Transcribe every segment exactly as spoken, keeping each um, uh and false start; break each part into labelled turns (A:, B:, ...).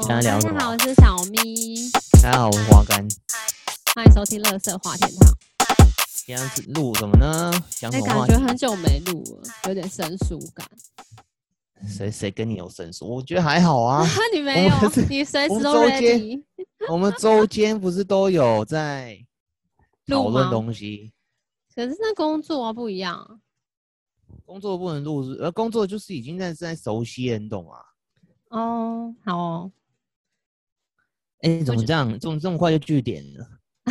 A: 今天聊什么？
B: 大家好，我是小咪。
A: 大家好，我是花干。
B: 欢迎收听《垃圾话天堂》。
A: 今天是录什么呢？讲什么话题？
B: 感觉很久没录了，有点生疏感。
A: 谁谁跟你有生疏？我觉得还好啊。
B: 你没有，你随时都 ready。
A: 我们周间不是都有在讨论东西？
B: 可是那工作啊不一样。
A: 工作不能录，而工作就是已经在在熟悉了，你懂吗？
B: 哦，好哦。
A: 哎、欸，怎么这样？这么这么快就据点了？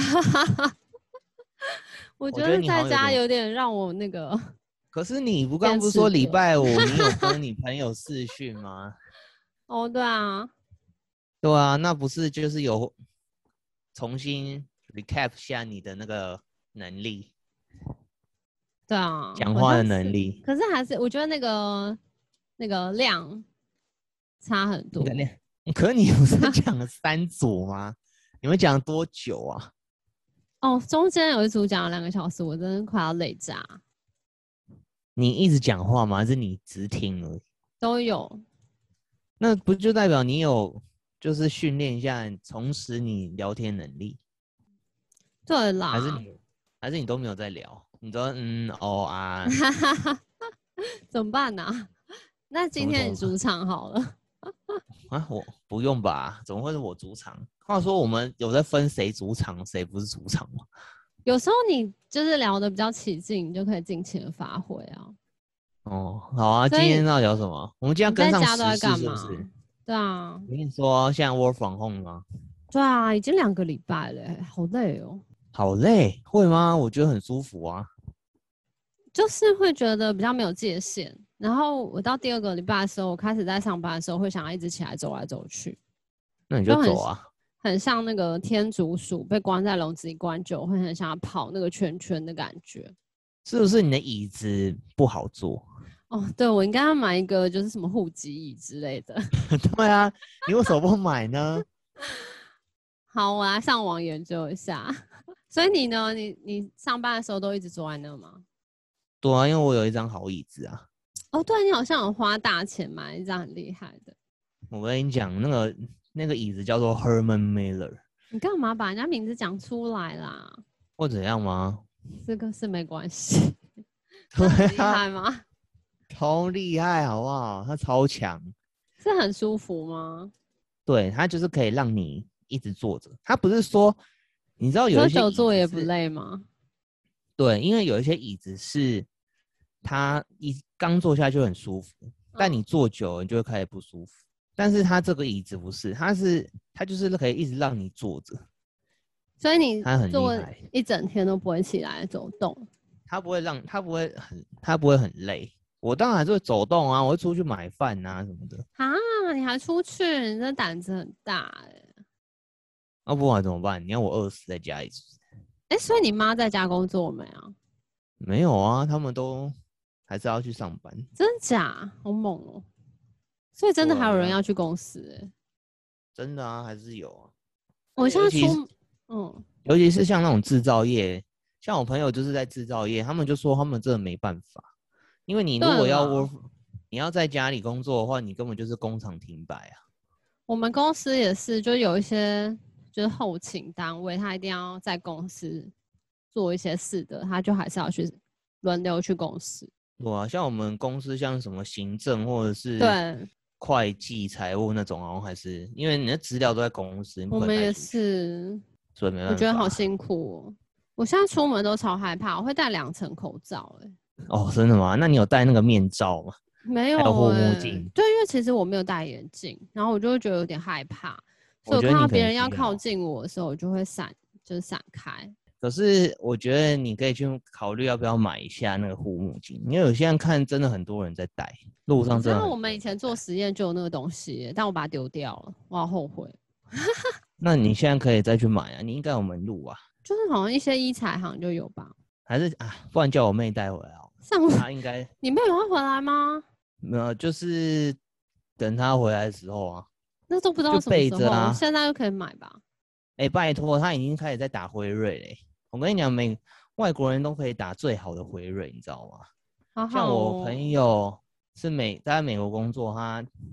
B: 我觉得在家有点让我那个。
A: 可是你不刚不是说礼拜五你有跟你朋友视讯吗？
B: 哦，对啊。
A: 对啊，那不是就是有重新 recap 下你的那个能力？
B: 对啊，
A: 讲话的能力。
B: 可是还是我觉得那个那个量差很多。
A: 那个量，可是你不是讲了三组吗？你们讲多久啊？
B: 哦，中间有一组讲了两个小时，我真的快要累炸。
A: 你一直讲话吗？还是你只听而已？
B: 都有。
A: 那不就代表你有就是训练一下，重拾你聊天能力？
B: 对啦。
A: 还是你还是你都没有在聊？你说嗯哦啊，
B: 怎么办呢、啊？那今天你主场好了。
A: 啊，我不用吧？怎么会是我主场？话说我们有在分谁主场，谁不是主场吗？
B: 有时候你就是聊得比较起劲，你就可以尽情的发挥啊。
A: 哦，好啊，今天要聊什么？我们今天要跟上时事是不是？
B: 对啊。
A: 我跟你说，现在 work from home 吗？
B: 对啊，已经两个礼拜了，好累哦。
A: 好累，会吗？我觉得很舒服啊。
B: 就是会觉得比较没有界限，然后我到第二个礼拜的时候，我开始在上班的时候会想要一直起来走来走去。
A: 那你就走啊。
B: 很, 很像那个天竺鼠被关在笼子里关久，会很想要跑那个圈圈的感觉。
A: 是不是你的椅子不好坐？
B: 哦，对，我应该要买一个就是什么护脊椅之类的。
A: 对啊，你为什么不买呢？
B: 好，我来上网研究一下。所以你呢？你你上班的时候都一直坐在那吗？
A: 对啊，因为我有一张好椅子啊。
B: 哦，对，你好像有花大钱买一张很厉害的。
A: 我跟你讲，那个那个椅子叫做 Herman Miller。
B: 你干嘛把人家名字讲出来啦？
A: 或怎样吗？
B: 这个是没关系。
A: 对啊，
B: 很厉害吗？
A: 超厉害，好不好？他超强。
B: 是很舒服吗？
A: 对，他就是可以让你一直坐着。他不是说，你知道有一些
B: 久坐也不累吗？
A: 对，因为有一些椅子是它一刚坐下就很舒服，嗯、但你坐久了你就会开始不舒服。但是它这个椅子不是，它是它就是可以一直让你坐着，
B: 所以你
A: 它很厉害，
B: 一整天都不会起来走动。
A: 它不会让它不会很它不会很累。我当然还是会走动啊，我会出去买饭啊什么的。
B: 啊，你还出去？你这胆子很大哎、欸。
A: 那、啊、不然怎么办？你要我饿死在家里是不是？
B: 哎、欸，所以你妈在家工作没有？
A: 没有啊，他们都还是要去上班。
B: 真假？好猛哦、喔！所以真的还有人要去公司哎、欸？
A: 真的啊，还是有啊。
B: 我现在出，嗯，
A: 尤其是像那种制造业，像我朋友就是在制造业，他们就说他们真的没办法，因为你如果要 work， 你要在家里工作的话，你根本就是工厂停摆啊。
B: 我们公司也是，就有一些就是后勤单位，他一定要在公司做一些事的，他就还是要去轮流去公司。
A: 对啊，像我们公司像什么行政或者是
B: 对
A: 会计、财务那种，然后还是因为你的资料都在公司，
B: 我们也是，
A: 所以没办法。
B: 我觉得好辛苦哦。我现在出门都超害怕，我会戴两层口罩、欸。
A: 哦，真的吗？那你有戴那个面罩吗？
B: 没有、欸，
A: 还有护目镜。
B: 对，因为其实我没有戴眼镜，然后我就会觉得有点害怕，所以我看到别人要靠近我的时候，我就会闪，就是闪开。
A: 可是我觉得你可以去考虑要不要买一下那个护目镜，因为我现在看真的很多人在戴，路上真的很多人在戴。
B: 然后我们以前做实验就有那个东西，但我把它丢掉了，我好后悔。
A: 那你现在可以再去买啊，你应该有门路啊。
B: 就是好像一些医材行就有吧？
A: 还是啊，不然叫我妹带回来好了。
B: 上
A: 她应该
B: 你妹有要回来吗？
A: 没有，就是等她回来的时候啊。
B: 那都不知道什么时候，
A: 啊、
B: 现在就可以买吧？
A: 哎、欸，拜托，她已经开始在打辉瑞嘞。我跟你讲，每外国人都可以打最好的辉瑞，你知道吗？
B: 好好哦、
A: 像我朋友是美在美国工作，他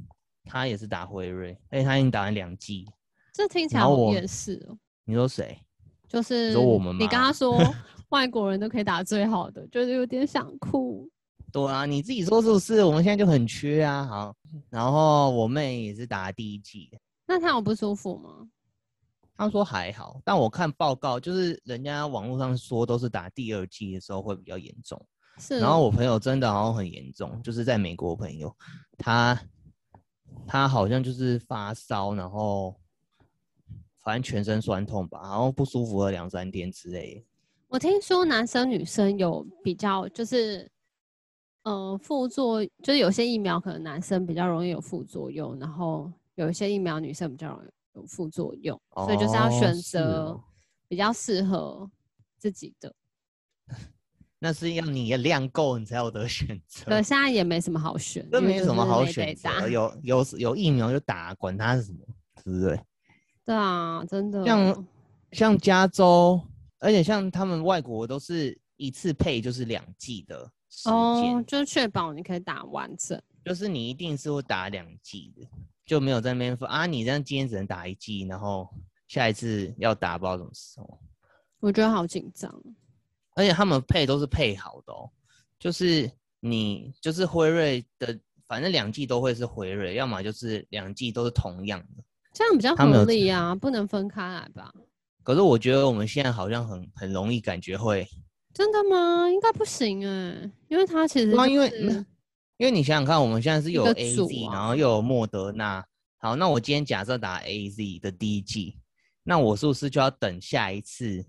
A: 他也是打辉瑞，而且他已经打完两剂。
B: 这听起来好厌世哦。
A: 你说谁？
B: 就是
A: 你说我们吗？
B: 你刚刚说外国人都可以打最好的，就是有点想哭。
A: 对啊，你自己说是不是？我们现在就很缺啊。好，然后我妹也是打第一剂。
B: 那她有不舒服吗？
A: 他说还好，但我看报告，就是人家网络上说都是打第二剂的时候会比较严重。
B: 是。
A: 然后我朋友真的好像很严重，就是在美国朋友，他他好像就是发烧，然后反正全身酸痛吧，然后不舒服了两三天之类的。
B: 我听说男生女生有比较，就是呃副作，就是有些疫苗可能男生比较容易有副作用，然后有一些疫苗女生比较容易有副作用，哦、所以就是要选择比较适合自己的。
A: 那是要你量够，你才有得选择。
B: 对，现在也没什么好选，
A: 这没什么好选择，有有有疫苗就打，管它是什么，对不对？
B: 对啊，真的。
A: 像像加州，而且像他们外国都是一次配就是两剂的时间，
B: 哦，就是确保你可以打完整。
A: 就是你一定是会打两剂的，就没有在那边说啊，你这样今天只能打一剂，然后下一次要打不知道什么时候。
B: 我觉得好紧张。
A: 而且他们配都是配好的哦，就是你就是辉瑞的，反正两剂都会是辉瑞，要么就是两剂都是同样的，
B: 这样比较合理啊，不能分开来吧？
A: 可是我觉得我们现在好像很很容易感觉会。
B: 真的吗？应该不行哎、欸，因为它其实、就是啊、
A: 因为因为你想想看，我们现在是有 A Z，、
B: 啊、
A: 然后又有莫德纳。好，那我今天假设打 A Z 的第一剂，那我是不是就要等下一次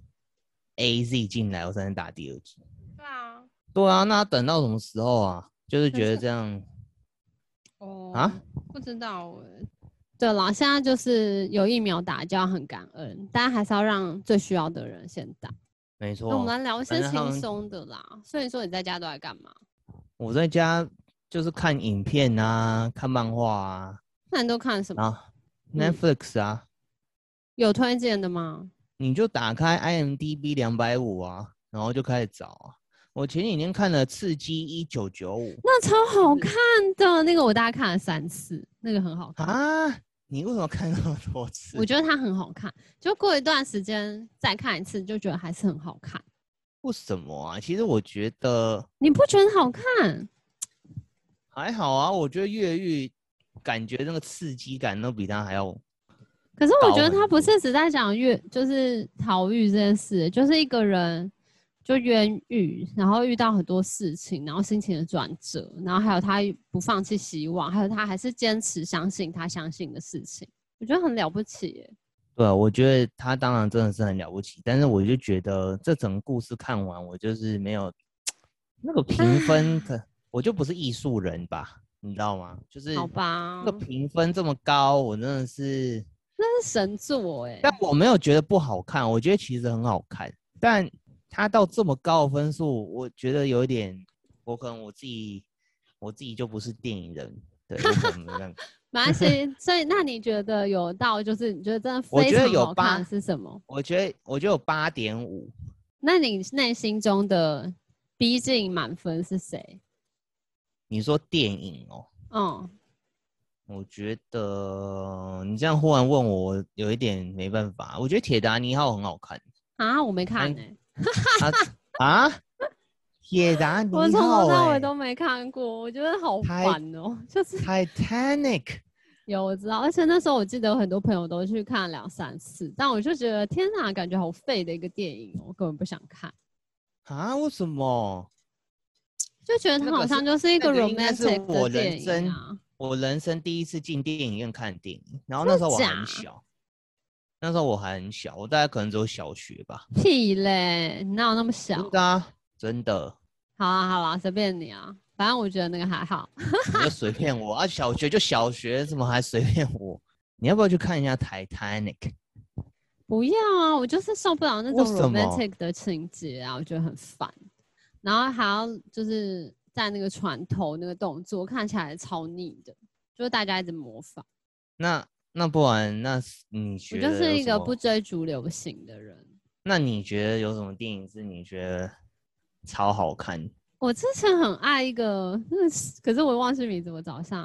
A: A Z 进来，我才能打第二剂？
B: 对啊，
A: 对啊，那等到什么时候啊？就是觉得这样。
B: 哦
A: 啊，
B: 不知道哎。对啦，现在就是有疫苗打就要很感恩，但还是要让最需要的人先打。
A: 没错。
B: 那我们来聊一些轻松的啦。所以说你在家都在干嘛？
A: 我在家就是看影片啊，看漫画啊。
B: 那你都看什么？
A: 啊 Netflix 啊、嗯。
B: 有推荐的吗？
A: 你就打开 I M D B 两百五啊，然后就开始找啊。我前几天看了《刺激一九九五》，
B: 那超好看的，那个我大概看了三次，那个很好看
A: 啊。你为什么看那么多次？
B: 我觉得它很好看，就过一段时间再看一次，就觉得还是很好看。
A: 为什么啊？其实我觉得
B: 你不觉得好看？
A: 还好啊，我觉得越狱感觉那个刺激感都比它还要。
B: 可是我觉得他不是只在讲越就是逃狱这件事，就是一个人就冤狱，然后遇到很多事情，然后心情的转折，然后还有他不放弃希望，还有他还是坚持相信他相信的事情，我觉得很了不起耶。
A: 对啊，我觉得他当然真的是很了不起，但是我就觉得这整个故事看完，我就是没有那个评分，可我就不是艺术人吧，你知道吗？就是
B: 好吧，
A: 那个评分这么高，我真的是。
B: 那是神作哎、欸！
A: 但我没有觉得不好看，我觉得其实很好看。但它到这么高的分数，我觉得有一点，我可能我自己我自己就不是电影人，对，我可能没办法。
B: 没关系，所以那你觉得有到就是你觉得真的非常好看是什么？
A: 我觉得我觉得有八点五。
B: 那你内心中的逼近满分是谁？
A: 你说电影哦？
B: 嗯。
A: 我觉得你这样忽然问我，我有一点没办法。我觉得《铁达尼号》很好看
B: 啊，我没看呢、
A: 欸。啊？铁达尼号、欸，
B: 我从头到尾都没看过，我觉得好烦哦、喔。就是
A: Titanic。
B: 有我知道，而且那时候我记得有很多朋友都去看两三次，但我就觉得天哪，感觉好废的一个电影哦、喔，我根本不想看。
A: 啊？为什么？
B: 就觉得它好像就是一个 romantic 的
A: 电
B: 影啊。
A: 我人生第一次进电影院看电影，然后那时候我很小，那时候我还很小，我大概可能只有小学吧。
B: 屁嘞，哪有那么小？
A: 真的啊，真的。
B: 好啊，好啊，随便你啊，反正我觉得那个还好。
A: 你就随便我啊，小学就小学，怎么还随便我？你要不要去看一下 Titanic？
B: 不要啊，我就是受不了那种 romantic 的情节啊，我觉得很烦。然后还要就是在那个船头那个动作看起来超腻的，就是大家一直模仿。
A: 那那不然那你觉得？
B: 我就是一个不追逐流行的人。
A: 那你觉得有什么电影是你觉得超好看？
B: 我之前很爱一个，可是我忘记名字，我找一下，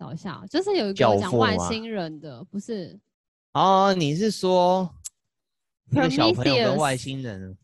B: 找一下，就是有一个讲外星人的，不是？
A: 哦，你是说一个小朋友跟外星人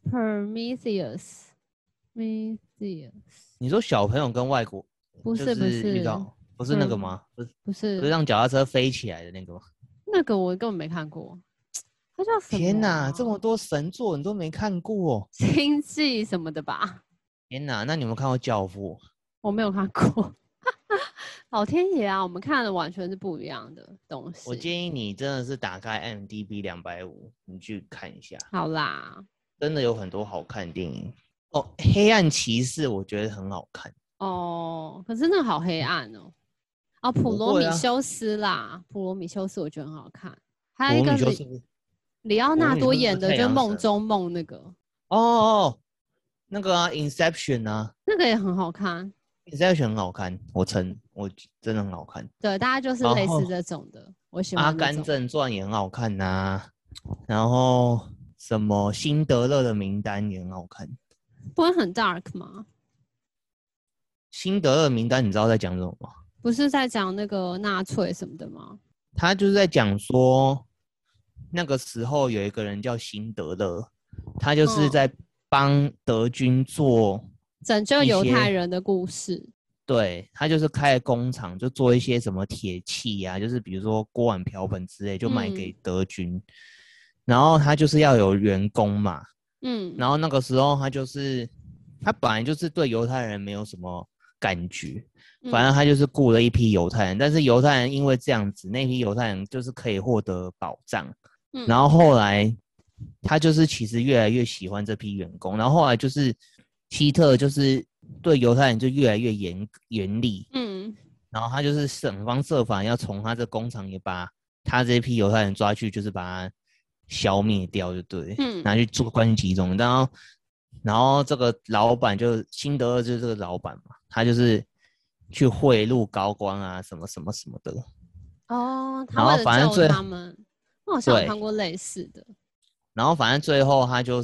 B: ？Prometheus，Prometheus，
A: 你说小朋友跟外国
B: 不是不是
A: 遇到，不是那个吗？不是
B: 不是，
A: 不是让脚踏车飞起来的那个吗？
B: 那个我根本没看过，它叫什么、啊？
A: 天哪，这么多神作你都没看过？
B: 星际什么的吧？
A: 天哪，那你有没有看过《教父》？
B: 我没有看过。老天爷啊，我们看的完全是不一样的东西。
A: 我建议你真的是打开 I M D B 两百五十，你去看一下。
B: 好啦，
A: 真的有很多好看的电影哦。黑暗骑士我觉得很好看
B: 哦，可是那个好黑暗哦。哦，普罗米修斯啦，啊、普罗米修斯我觉得很好看。还有一个里里奥纳多演的，就是梦中梦那个。
A: 哦哦，那个啊 ，Inception 啊，
B: 那个也很好看。
A: Inception 很好看，我承，我真的很好看。
B: 对，大家就是类似这种的，我喜欢。
A: 阿甘正传也很好看呐、啊，然后什么辛德勒的名单也很好看。
B: 不会很 dark 吗？
A: 辛德勒名单你知道在讲什么吗？
B: 不是在讲那个纳粹什么的吗？
A: 他就是在讲说，那个时候有一个人叫辛德勒，他就是在帮德军做。
B: 拯救犹太人的故事，
A: 对，他就是开工厂，就做一些什么铁器啊，就是比如说锅碗瓢盆之类，就卖给德军。嗯、然后他就是要有员工嘛，嗯，然后那个时候他就是他本来就是对犹太人没有什么感觉，反正他就是雇了一批犹太人，嗯、但是犹太人因为这样子，那批犹太人就是可以获得保障。嗯、然后后来他就是其实越来越喜欢这批员工，然后后来就是。希特就是对犹太人就越来越严严厉，嗯，然后他就是想方设法要从他这工厂也把他这批犹太人抓去，就是把他消灭掉，就对，嗯，拿去做关系集中，然后，然后这个老板就辛德勒就是这个老板嘛，他就是去贿赂高官啊，什么什么什么的，
B: 哦，他为了救他们，我好像有看过类似的，
A: 然后反正最后他就是。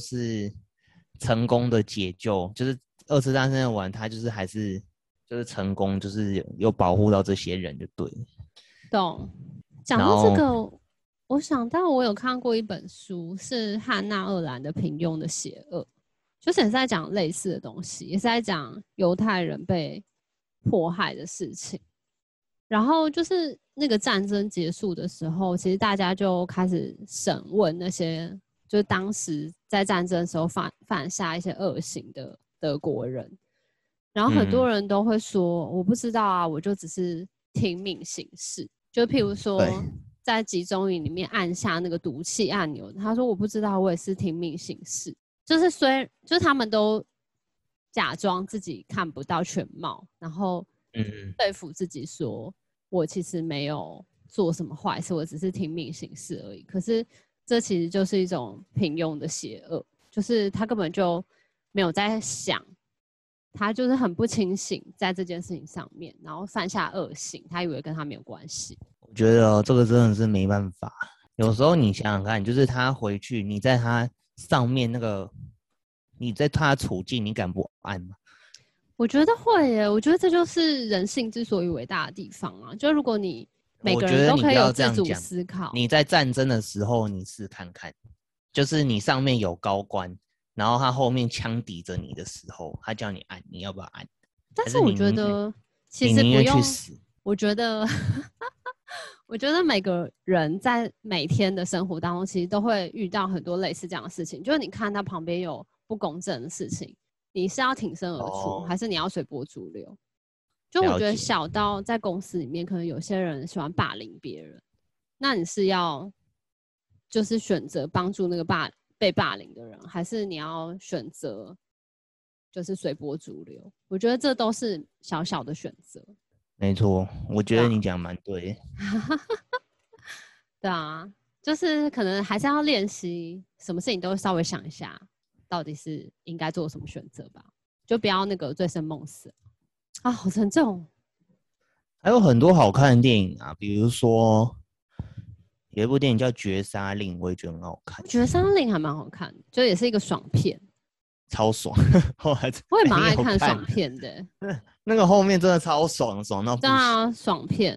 A: 成功的解救，就是二次大战完，他就是还是就是成功，就是有保护到这些人，就对。
B: 懂。讲到这个，我想到我有看过一本书，是汉娜·鄂兰的《平庸的邪恶》，就是也是在讲类似的东西，也是在讲犹太人被迫害的事情。然后就是那个战争结束的时候，其实大家就开始审问那些。就是当时在战争的时候犯犯下一些恶行的德国人，然后很多人都会说、嗯、我不知道啊，我就只是听命行事。就譬如说在集中营里面按下那个毒气按钮，他说我不知道，我也是听命行事。就是虽就是他们都假装自己看不到全貌，然后对付自己说、嗯、我其实没有做什么坏事，我只是听命行事而已。可是这其实就是一种平庸的邪恶，就是他根本就没有在想，他就是很不清醒在这件事情上面，然后犯下恶行，他以为跟他没有关系。
A: 我觉得、哦、这个真的是没办法，有时候你想想看，就是他回去，你在他上面那个，你在他的处境，你敢不按吗？
B: 我觉得会耶，我觉得这就是人性之所以伟大的地方啊，就如果你每个人都可以有自主思考。
A: 你在战争的时候，你试看看，就是你上面有高官，然后他后面枪抵着你的时候，他叫你按，你要不要按？
B: 但是我觉得其实不用，我觉得我觉得每个人在每天的生活当中，其实都会遇到很多类似这样的事情。就是你看他旁边有不公正的事情，你是要挺身而出，哦、还是你要随波逐流？就我觉得小到在公司里面，可能有些人喜欢霸凌别人，那你是要就是选择帮助那个霸被霸凌的人，还是你要选择就是随波逐流？我觉得这都是小小的选择。
A: 没错，我觉得你讲蛮对。
B: 对啊，就是可能还是要练习，什么事情都稍微想一下，到底是应该做什么选择吧，就不要那个醉生梦死。啊，好沉重。
A: 还有很多好看的电影啊，比如说有一部电影叫《绝杀令》，我也觉得很好看。
B: 《绝杀令》还蛮好看的，就也是一个爽片，
A: 超爽。后来
B: 我也蛮爱看爽片的。
A: 那个后面真的超爽，爽到不行。
B: 对啊，爽片。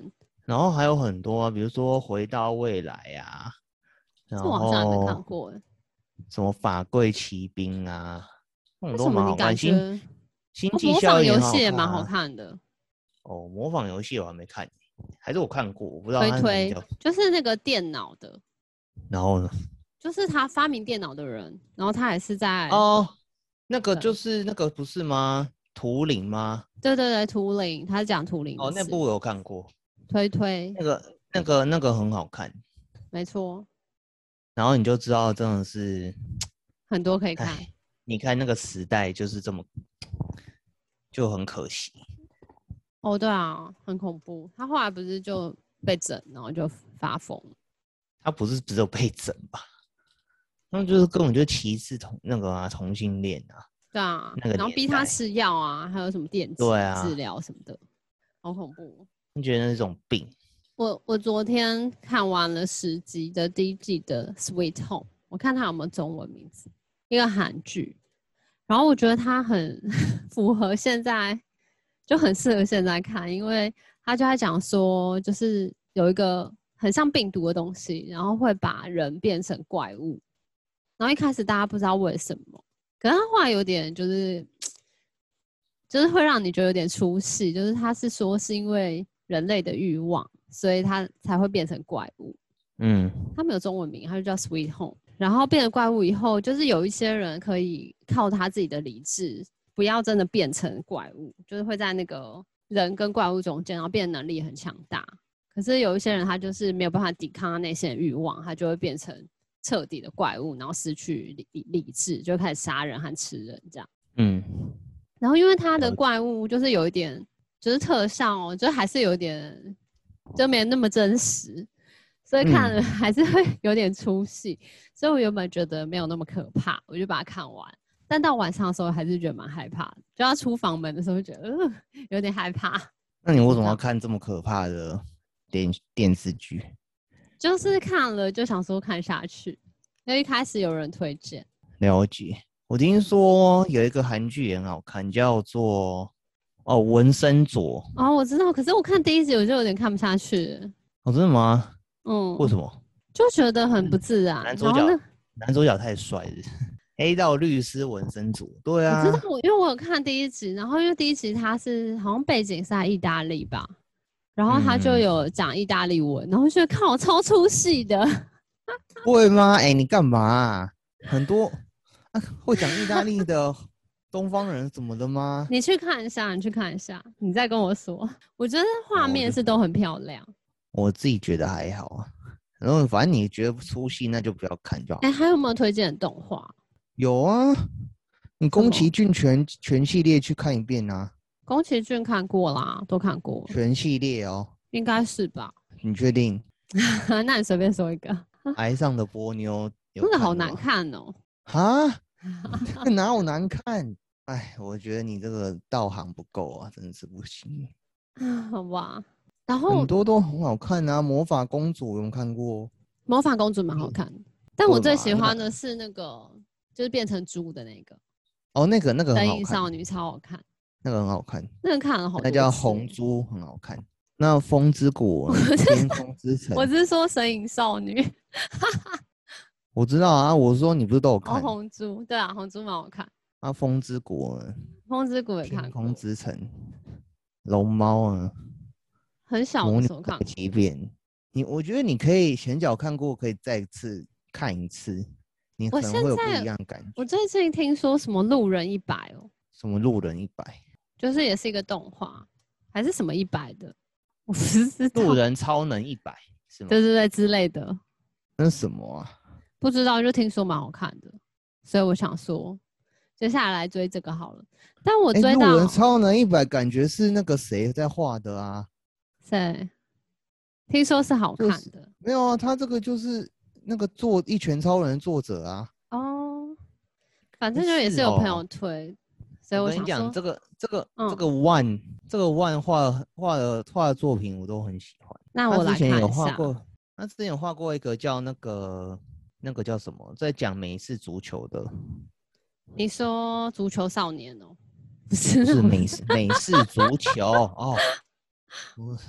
A: 然后还有很多啊，比如说回到未来啊，然
B: 这我好像还没看
A: 后
B: 过哎。
A: 什么法柜骑兵啊，那种都
B: 为什么你
A: 蛮好看。星
B: 感觉？
A: 星
B: 哦，
A: 际效应也
B: 模仿游
A: 很好看
B: 戏也蛮好
A: 啊。
B: 看的。
A: 哦，模仿游戏我还没看，还是我看过，我不知道
B: 推推
A: 它的名叫。
B: 就是那个电脑的，
A: 然后呢？
B: 就是他发明电脑的人，然后他也是在
A: 哦，那个就
B: 对
A: 是那个不是吗？图灵吗？
B: 对对对图灵，他是讲图灵的
A: 哦，那
B: 事。
A: 部我有看过，
B: 推推
A: 那个那个那个很好看，
B: 没错，
A: 然后你就知道真的是，
B: 很多可以看。
A: 哎，你看那个时代就是这么，就很可惜。
B: 哦，对啊，很恐怖。他后来不是就被整，然后就发疯。
A: 他不是只有被整吧？他们就是根本就歧视同那个啊同性恋啊，
B: 对啊，
A: 那个
B: 然后逼他
A: 年代。
B: 吃药啊，还有什么电击
A: 对啊，
B: 治疗什么的，好恐怖。
A: 你觉得那是一种病？
B: 我我昨天看完了十集的第一季的《Sweet Home》，我看它有没有中文名字，一个韩剧。然后我觉得它很符合现在，就很适合现在看，因为他就在讲说，就是有一个很像病毒的东西，然后会把人变成怪物。然后一开始大家不知道为什么，可是他后来有点就是，就是会让你觉得有点出戏，就是他是说是因为人类的欲望，所以他才会变成怪物。
A: 嗯，
B: 他没有中文名，他就叫 Sweet Home。然后变成怪物以后，就是有一些人可以靠他自己的理智，不要真的变成怪物，就是会在那个人跟怪物中间，然后变得能力很强大。可是有一些人他就是没有办法抵抗他内心的欲望，他就会变成彻底的怪物，然后失去理理智，就会开始杀人和吃人这样。
A: 嗯，
B: 然后因为他的怪物就是有一点，就是特效哦，就还是有一点，就没那么真实。所以看了还是会有点出戏，嗯、所以我原本觉得没有那么可怕，我就把它看完。但到晚上的时候还是觉得蛮害怕的，就要出房门的时候就觉得、呃、有点害怕。
A: 那你为什么要看这么可怕的电电视剧？
B: 就是看了就想说看下去，因为一开始有人推荐。
A: 了解，我听说有一个韩剧也很好看，叫做哦文森佐。
B: 哦，我知道，可是我看第一集我就有点看不下去。
A: 哦，真的吗？
B: 嗯，
A: 为什么？
B: 就觉得很不自然。
A: 男主角，男主角太帅了。黑道律师文森佐，对啊，
B: 我知道，我因为我有看第一集，然后因为第一集他是好像背景是在意大利吧，然后他就有讲意大利文，嗯、然后觉得看我超出戏的。
A: 会吗？哎、欸，你干嘛、啊？很多、啊、会讲意大利的东方人怎么的吗？
B: 你去看一下，你去看一下，你再跟我说。我觉得画面是都很漂亮。
A: 我, 我自己觉得还好啊。然后反正你觉得不出戏，那就不要看就好。
B: 哎、欸，还有没有推荐的动画？
A: 有啊，你宫崎骏全全系列去看一遍啊。
B: 宫崎骏看过啦，都看过。
A: 全系列哦，
B: 应该是吧？
A: 你确定？
B: 那你随便说一个。
A: 崖上的波妞
B: 真的好难看哦。
A: 哈？哪有难看？哎，我觉得你这个道行不够啊，真的是不行。
B: 好吧。然后
A: 很多都很好看啊，魔法公主有没有看过？
B: 魔法公主蛮好看的，但我最喜欢的是那个，就是变成猪的那个。
A: 哦，那个那个很好看。
B: 神隐少女超好看，
A: 那个很好看，
B: 那个看了好多次。
A: 那叫红猪，很好看。那风之谷、天空之城，
B: 我是说神隐少女。
A: 我知道啊，我说你不是都有看？
B: 哦，红猪，对啊，红猪蛮好看。
A: 啊，风之谷，
B: 风之谷也看过。
A: 天空之城，龙猫啊。
B: 很小的时候看过
A: 几遍，你我觉得你可以前脚看过，可以再次看一次，你可能会有不一样的感觉。
B: 我最近听说什么路人一百哦，
A: 什么路人一百，
B: 就是也是一个动画，还是什么一百的，我不知道。
A: 路人超能一百是吗？
B: 对对对之类的。
A: 那什么啊？
B: 不知道，就听说蛮好看的，所以我想说，接下来来追这个好了。但我追到
A: 路人超能一百，感觉是那个谁在画的啊？
B: 对，听说是好看的、就是。
A: 没有啊，他这个就是那个做一拳超人的作者啊。
B: 哦，反正就也是有朋友推，哦、所以我想说，我跟你讲，
A: 这个这个、嗯、这个 One 这个 One 画画的画的作品我都很喜欢。
B: 那我来看一下。
A: 他之前有画过，他之前有画过一个叫那个那个叫什么，在讲美式足球的。
B: 你说足球少年哦？
A: 不是，不是美式美式足球哦。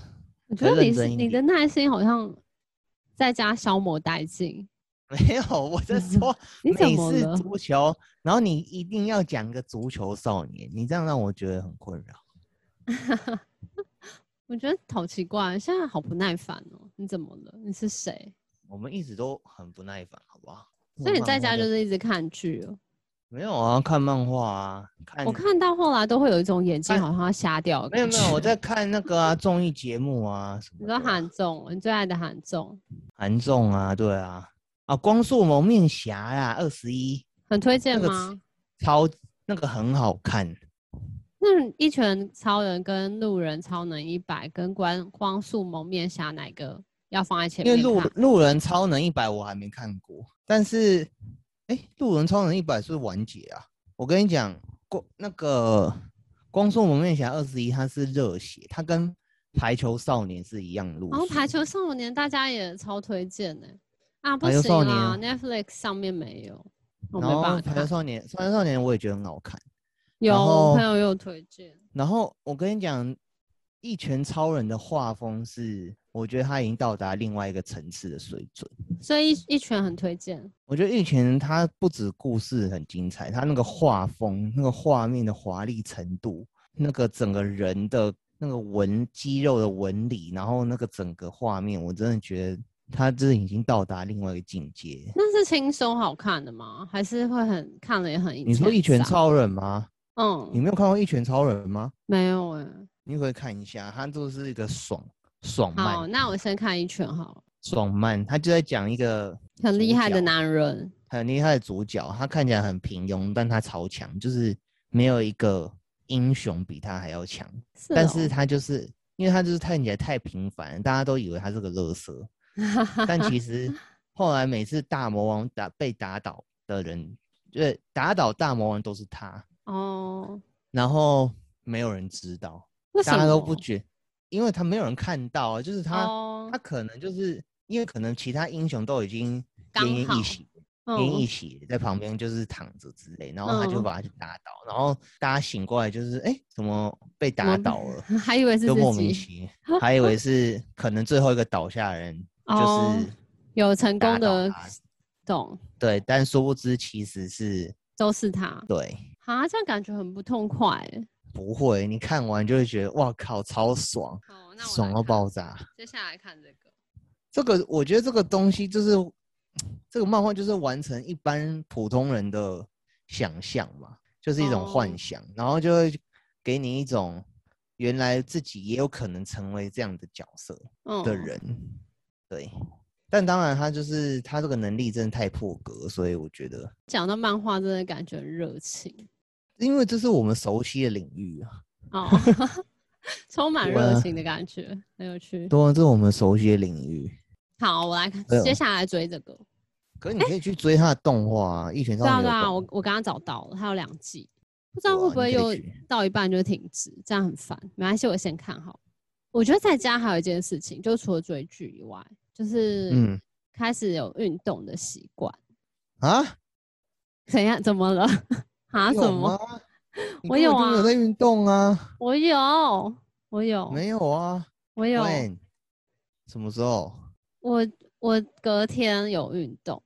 B: 我觉得你是你的耐心好像在家消磨殆尽。
A: 没有，我在说
B: 你怎么
A: 美式
B: 了？
A: 足球，然后你一定要讲个足球少年，你这样让我觉得很困扰。
B: 我觉得好奇怪，现在好不耐烦哦。你怎么了？你是谁？
A: 我们一直都很不耐烦，好不好？
B: 所以你在家就是一直看剧哦？
A: 没有啊，看漫画啊，看。
B: 我看到后来都会有一种眼睛好像要瞎掉的感觉。
A: 没有没有，我在看那个啊综艺节目啊什么的、啊。
B: 你说韩综，你最爱的韩综？
A: 韩综啊，对啊。啊，光速蒙面侠啦，二十一，
B: 很推荐吗？
A: 那個、超那个很好看。
B: 那一拳超人跟路人超能一百跟光光速蒙面侠哪个要放在前面看？
A: 因为路路人超能一百我还没看过，但是哎，路人超能一百是不是完结啊？我跟你讲，光那个光速蒙面侠二十一它是热血，它跟排球少年是一样路线。
B: 然后排球少年大家也超推荐呢、欸。啊，不
A: 行
B: 啦 ，Netflix 上面没有，我没办法看。
A: 排球少年，排球少年我也觉得很好看，
B: 有我朋友也有推荐。
A: 然后我跟你讲，一拳超人的画风是，我觉得他已经到达另外一个层次的水准，
B: 所以一一拳很推荐。
A: 我觉得一拳他不止故事很精彩，他那个画风、那个画面的华丽程度，那个整个人的那个纹肌肉的纹理，然后那个整个画面，我真的觉得。他这已经到达另外一个境界。
B: 那是轻松好看的吗？还是会很看了也很？
A: 你说一拳超人吗？
B: 嗯，
A: 你没有看过一拳超人吗？
B: 没有哎、欸。
A: 你可以看一下，他就是一个爽爽漫。
B: 好，那我先看一拳好了。
A: 爽漫，他就在讲一个
B: 很厉害的男人，
A: 很厉害的主角，他看起来很平庸，但他超强，就是没有一个英雄比他还要强。是哦、但是他就是因为他就是看起来太平凡，大家都以为他是个垃圾。但其实后来每次大魔王打被打倒的人，就是打倒大魔王都是他哦，然后没有人知道，大家都不觉，因为他没有人看到啊，就是他、哦、他可能就是因为可能其他英雄都已经奄奄一息，奄奄一息在旁边就是躺着之类，然后他就把他去打倒，嗯、然后大家醒过来就是哎、欸、怎么被打倒了，
B: 还以为是自己，
A: 就莫名其妙，还以为是可能最后一个倒下的人。就是、哦、
B: 有成功的懂，
A: 对，但殊不知其实是
B: 都是他，
A: 对
B: 啊，这样感觉很不痛快。
A: 不会，你看完就会觉得哇靠，超爽，哦、那我爽到爆炸。
B: 接下来看这个，
A: 这个我觉得这个东西就是这个漫画就是完成一般普通人的想象嘛，就是一种幻想，哦、然后就会给你一种原来自己也有可能成为这样的角色的人。哦对，但当然他就是他这个能力真的太破格，所以我觉得
B: 讲到漫画真的感觉很热情，
A: 因为这是我们熟悉的领域啊，哦，
B: 充满热情的感觉，啊、很有趣。
A: 对啊，这是我们熟悉的领域。
B: 好，我来看，接下来追这个。
A: 可是你可以去追他的动画啊，《一拳超人》。
B: 对啊对啊，我我刚刚找到了，它有两季，不知道会不会又到一半就停止，这样很烦。没关系，我先看好。我觉得在家还有一件事情，就除了追剧以外，就是开始有运动的习惯啊。怎样？怎么了？啊？什么？我有啊，
A: 你有在运动啊。
B: 我有，我有。
A: 没有啊？
B: 我有。
A: 什么时候？
B: 我我隔天有运动。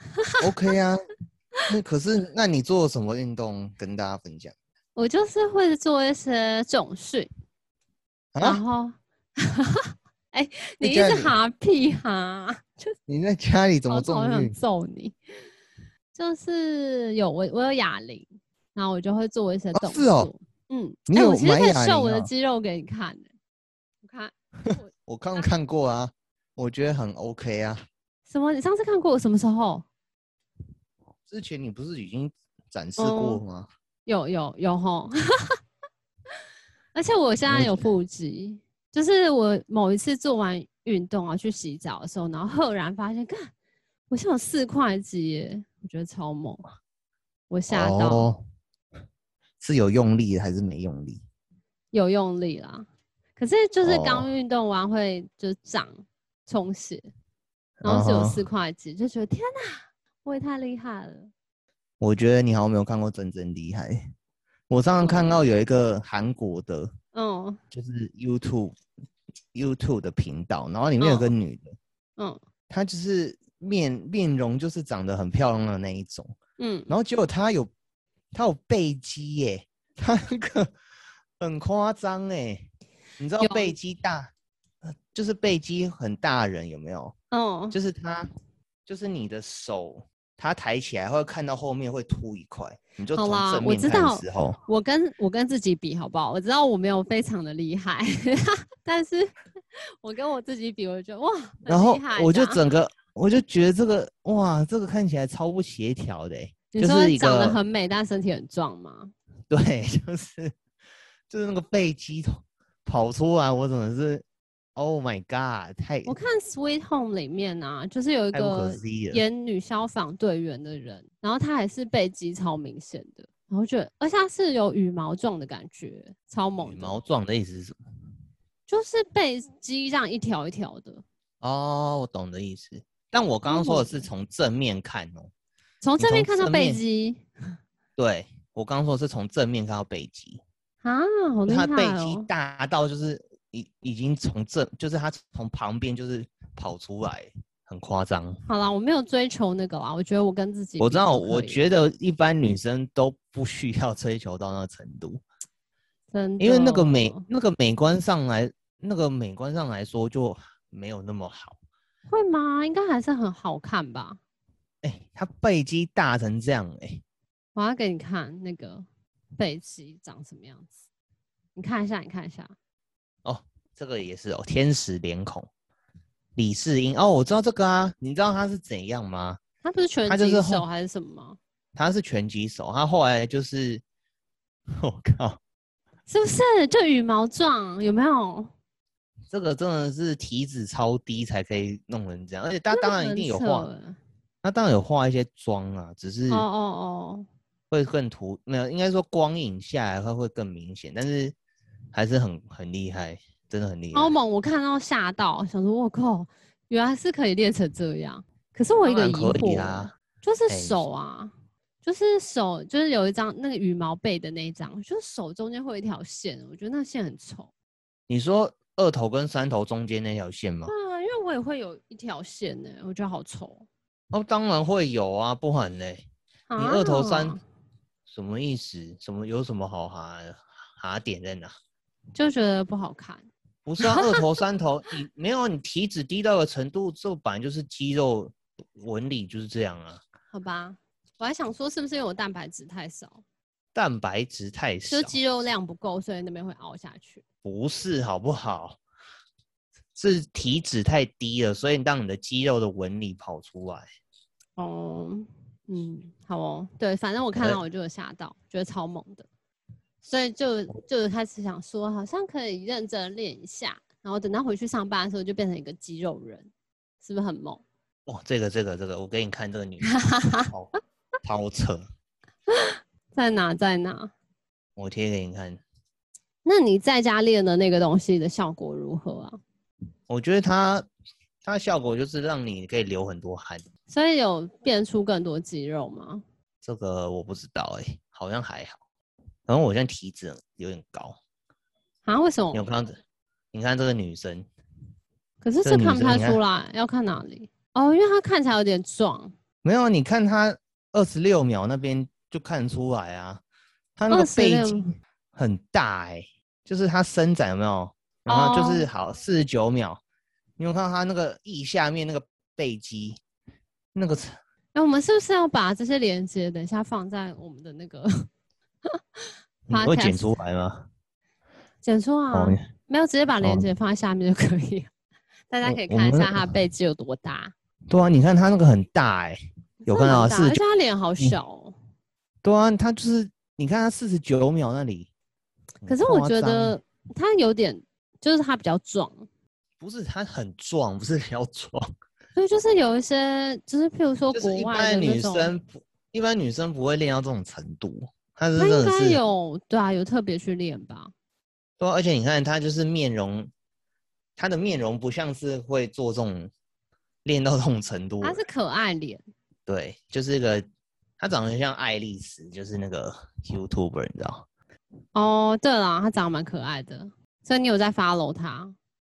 A: OK 啊。那可是，那你做什么运动？跟大家分享。
B: 我就是会做一些重训。然后，哎、欸，你一直哈屁哈，就
A: 你在家里怎么重训？
B: 我想揍你。就是有我我有哑铃，然后我就会做一些动作。哦是哦，嗯，
A: 你有、欸、
B: 我其实可以秀我的肌肉给你看的。我看，
A: 我刚看过啊，我觉得很 OK 啊。
B: 什么？你上次看过？什么时候？
A: 之前你不是已经展示过吗？嗯、
B: 有有有吼。而且我现在有腹肌，就是我某一次做完运动啊，去洗澡的时候，然后赫然发现，看我现在有四块肌耶，我觉得超猛，我吓到、哦。
A: 是有用力还是没用力？
B: 有用力啦，可是就是刚运动完会就长充血，然后是有四块肌，就觉得天哪，我也太厉害了。
A: 我觉得你好像没有看过真正厉害。我上次看到有一个韩国的，嗯，就是 YouTube YouTube 的频道，然后里面有个女的，
B: 嗯，
A: 她就是面面容就是长得很漂亮的那一种，嗯，然后结果她有她有背肌耶，她那个很夸张哎，你知道背肌大，就是背肌很大的人有没有？嗯，就是她，就是你的手。他抬起来会看到后面会凸一块，你就从正面看的时候，
B: 我跟我跟自己比好不好？我知道我没有非常的厉害，但是我跟我自己比，我觉得哇，
A: 然后我就整个我就觉得这个哇，这个看起来超不协调的、欸，
B: 你说就是一个长得很美，但身体很壮吗？
A: 对，就是就是那个背肌跑出来，我真的是。Oh my god！ 太
B: 我看《Sweet Home》里面啊，就是有一个演女消防队员的人，然后他还是背肌超明显的，然后觉得，而且他是有羽毛状的感觉，超猛的。
A: 羽毛状的意思是什么？
B: 就是背肌这样一条一条的。
A: 哦，我懂的意思。但我刚刚说的是从正面看哦，
B: 从正面看到背肌。
A: 对，我刚刚说的是从正面看到背肌
B: 啊，好厉害哦！
A: 他背肌大到就是。已已经从正，就是他从旁边就是跑出来，很夸张。
B: 好啦，我没有追求那个啦，我觉得我跟自己比，
A: 我知道，我觉得一般女生都不需要追求到那个程度，
B: 真的，
A: 因为那个美那个美观上来，那个美观上来说就没有那么好。
B: 会吗？应该还是很好看吧？
A: 哎、欸，他背肌大成这样哎、欸，
B: 我要给你看那个背肌长什么样子，你看一下，你看一下。
A: 哦，这个也是哦，天使脸孔，李世英哦，我知道这个啊，你知道他是怎样吗？
B: 他不是拳击手还是什么吗？
A: 他是拳击手，他后来就是，我靠，
B: 是不是就羽毛状？有没有？
A: 这个真的是体脂超低才可以弄成这样，而且他当然一定有画，他当然有画一些妆啊，只是哦哦哦，会更涂，没有，应该说光影下来会会更明显，但是。还是很很厉害，真的很厉害。
B: 超猛！我看到吓到，想说我靠，原来是可以练成这样。可是我有一个疑惑，啊、就是手啊，就是手，就是有一张那个羽毛背的那一张，就是手中间会有一条线，我觉得那线很丑。
A: 你说二头跟三头中间那条线吗？
B: 对啊，因为我也会有一条线呢、欸，我觉得好丑。
A: 哦，当然会有啊，不然呢？啊、你二头三什么意思？什么有什么好哈哈点在哪？
B: 就觉得不好看，
A: 不是啊，二头三头，你没有你体脂低到的程度，这本来就是肌肉纹理就是这样啊。
B: 好吧，我还想说是不是因为我蛋白质太少，
A: 蛋白质太少，
B: 就肌肉量不够，所以那边会凹下去。
A: 不是好不好？是体脂太低了，所以让你的肌肉的纹理跑出来。
B: 哦，嗯，好哦，对，反正我看到我就有吓到，觉得超猛的。所以就就开始想说，好像可以认真练一下，然后等到回去上班的时候就变成一个肌肉人，是不是很猛？
A: 哦，这个这个这个，我给你看这个女生，超超扯，
B: 在哪在哪？
A: 我贴给你看。
B: 那你在家练的那个东西的效果如何啊？
A: 我觉得它它的效果就是让你可以流很多汗，
B: 所以有变出更多肌肉吗？
A: 这个我不知道哎、欸，好像还好。然后我现在体脂有点高
B: 啊？为什么？
A: 你有看到这？你看这个女生，
B: 可是这看不太出来，要看哪里？哦，因为她看起来有点壮。
A: 没有，你看她二十六秒那边就看出来啊，她那个背肌很大哎、欸，就是她伸展有没有？然后就是好四十九秒，你有看到她那个腋下面那个背肌，那个？
B: 哎、欸，我们是不是要把这些连接等一下放在我们的那个？
A: 你会剪出来吗？
B: 剪出啊，哦、没有直接把链接放在下面就可以了。哦、大家可以看一下他背肌有多大。
A: 对啊，你看他那个很大哎、欸，有看到是，
B: 而且他脸好小哦。
A: 对啊，他就是你看他四十九秒那里。
B: 可是我觉得他有点，就是他比较壮。
A: 不是他很壮，不是比较壮。
B: 所以就是有一些，就是譬如说国外的那种。
A: 就是一般女生不，一般女生不会练到这种程度。他是
B: 他应该有对啊，有特别去练吧。
A: 对、啊，而且你看他就是面容，他的面容不像是会做这种练到这种程度。
B: 他是可爱脸。
A: 对，就是一个他长得像爱丽丝，就是那个 YouTuber， 你知道？
B: 哦，对啦，他长得蛮可爱的，所以你有在 follow 他？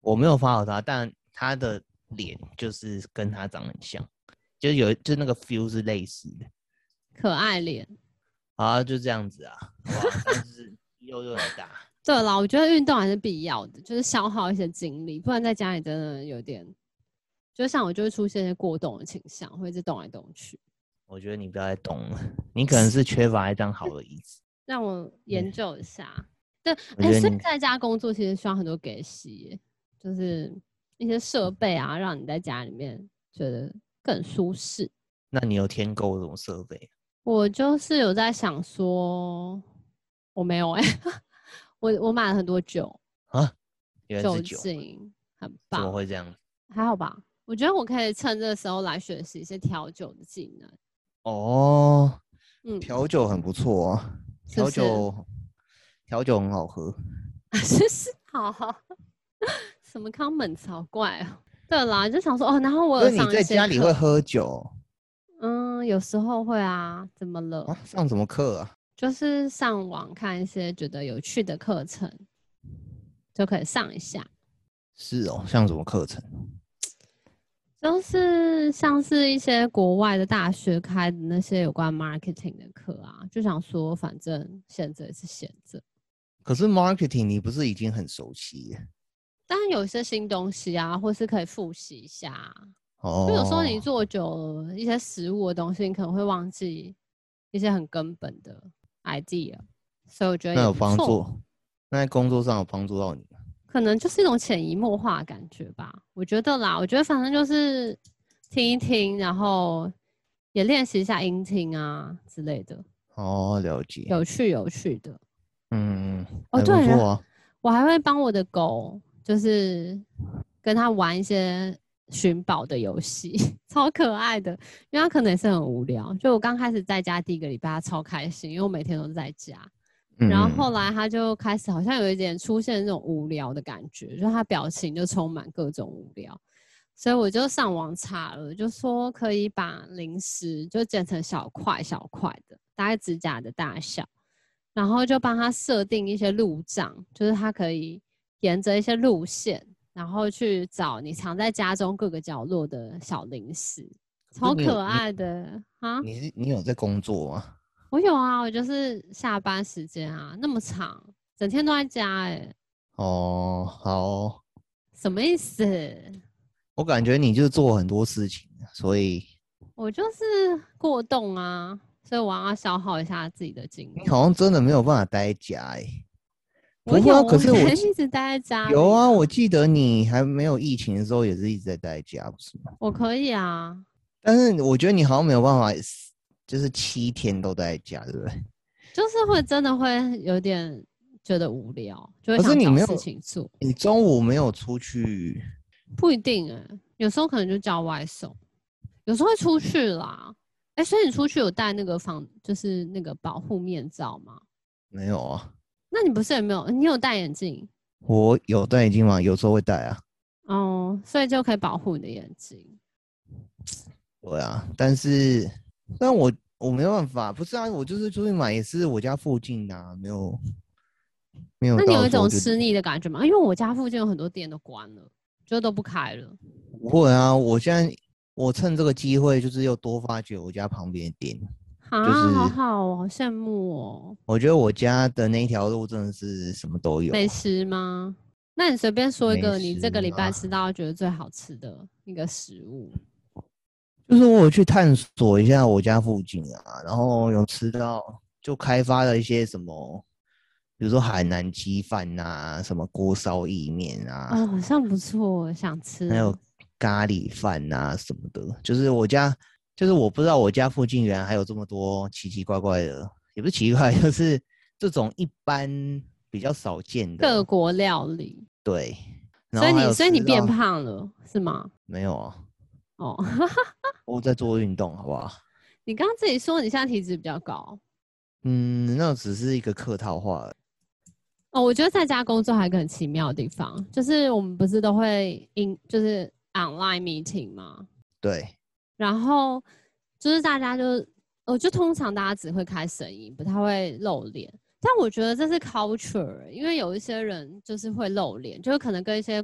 A: 我没有发好他，但他的脸就是跟他长得很像，就是有就是那个 feel 是类似的，
B: 可爱脸。
A: 好、啊，就这样子啊，好吧，但是肌肉就很大。
B: 对啦，我觉得运动还是必要的，就是消耗一些精力，不然在家里真的有点，就像我就会出现一些过动的倾向，会一直动来动去。
A: 我觉得你不要再动了，你可能是缺乏一张好的椅子。
B: 让我研究一下。对，哎、欸，所以在家工作其实需要很多给息，就是一些设备啊，让你在家里面觉得更舒适。
A: 那你有添购什么设备？
B: 我就是有在想说，我没有哎、欸，我我买了很多酒
A: 啊，原来是
B: 酒精，很棒。
A: 怎么会这样？
B: 还好吧，我觉得我可以趁这个时候来学习一些调酒的技能。
C: 哦，嗯，调酒很不错啊，调酒调酒很好喝。
B: 是是，好好，什么 comments 好怪哦。对啦，就想说哦，然后我有上一些课。
C: 所以你在家里会喝酒？
B: 嗯，有时候会啊，怎么了？
C: 啊、上什么课啊？
B: 就是上网看一些觉得有趣的课程，就可以上一下。
C: 是哦，像什么课程？
B: 就是像是一些国外的大学开的那些有关 marketing 的课啊，就想说反正闲着也是闲着。
C: 可是 marketing 你不是已经很熟悉耶？
B: 但有一些新东西啊，或是可以复习一下。
C: 哦，
B: 就有时候你做久了一些实物的东西，你可能会忘记一些很根本的 idea， 所以我觉得也不错。
C: 那有帮助？那在工作上有帮助到你吗？
B: 可能就是一种潜移默化的感觉吧。我觉得啦，我觉得反正就是听一听，然后也练习一下音听啊之类的。
C: 哦，了解。
B: 有趣有趣的。
C: 嗯，
B: 哦对
C: 啊、
B: 啊，我还会帮我的狗，就是跟他玩一些寻宝的游戏，超可爱的。因为他可能也是很无聊，就我刚开始在家第一个礼拜，他超开心，因为我每天都在家。
C: 嗯、
B: 然后后来他就开始好像有一点出现那种无聊的感觉，就他表情就充满各种无聊，所以我就上网查了，就说可以把零食就剪成小块小块的，大概指甲的大小。然后就帮他设定一些路障，就是他可以沿着一些路线，然后去找你藏在家中各个角落的小零食，超可爱的啊！
C: 你是你有在工作吗？
B: 我有啊，我就是下班时间啊，那么长，整天都在家哎、欸。
C: 哦，好，
B: 什么意思？
C: 我感觉你就是做很多事情，所以
B: 我就是过动啊。所以我要消耗一下自己的精力。
C: 你好像真的没有办法待在家哎、欸。
B: 我有，
C: 啊、可是我
B: 一直待在家里、啊。
C: 有啊，我记得你还没有疫情的时候也是一直在待在家，不是吗？
B: 我可以啊，
C: 但是我觉得你好像没有办法，就是七天都待在家，对不对？
B: 就是会真的会有点觉得无聊，就会想找事情做。
C: 你中午没有出去？
B: 不一定哎、欸，有时候可能就叫外送，有时候会出去啦。哎、欸，所以你出去有戴那个防，就是那个保护面罩吗？
C: 没有啊。
B: 那你不是也没有？你有戴眼镜？
C: 我有戴眼镜吗？有时候会戴啊。
B: 哦，所以就可以保护你的眼睛。
C: 对啊，但是但我我没有办法，不是啊，我就是出去买也是我家附近的啊，没有没有。
B: 那你有一种吃腻的感觉吗？因为我家附近有很多店都关了，就都不开了。
C: 不会啊，我现在我趁这个机会就是又多发掘我家旁边的店。
B: 啊，
C: 就是
B: 好好哦，好羡慕哦！
C: 我觉得我家的那一条路真的是什么都有。
B: 美食吗？那你随便说一个你这个礼拜吃到觉得最好吃的一个食物。
C: 就是我有去探索一下我家附近啊，然后有吃到就开发了一些什么，比如说海南鸡饭啊，什么锅烧意面啊，
B: 哦，好像不错，想吃。
C: 还有咖喱饭啊什么的，就是我家。就是我不知道我家附近原来还有这么多奇奇怪怪的，也不是奇怪，就是这种一般比较少见的
B: 各国料理。
C: 对，
B: 所以你所以你变胖了是吗？
C: 没有啊。
B: 哦，
C: 我在做运动，好不好？
B: 你刚刚自己说你现在体脂比较高。
C: 嗯，那只是一个客套话。
B: 哦，我觉得在家工作还有一个很奇妙的地方，就是我们不是都会 in 就是 online meeting 吗？
C: 对。
B: 然后就是大家就，呃，就通常大家只会开声音，不太会露脸。但我觉得这是 culture， 因为有一些人就是会露脸，就是可能跟一些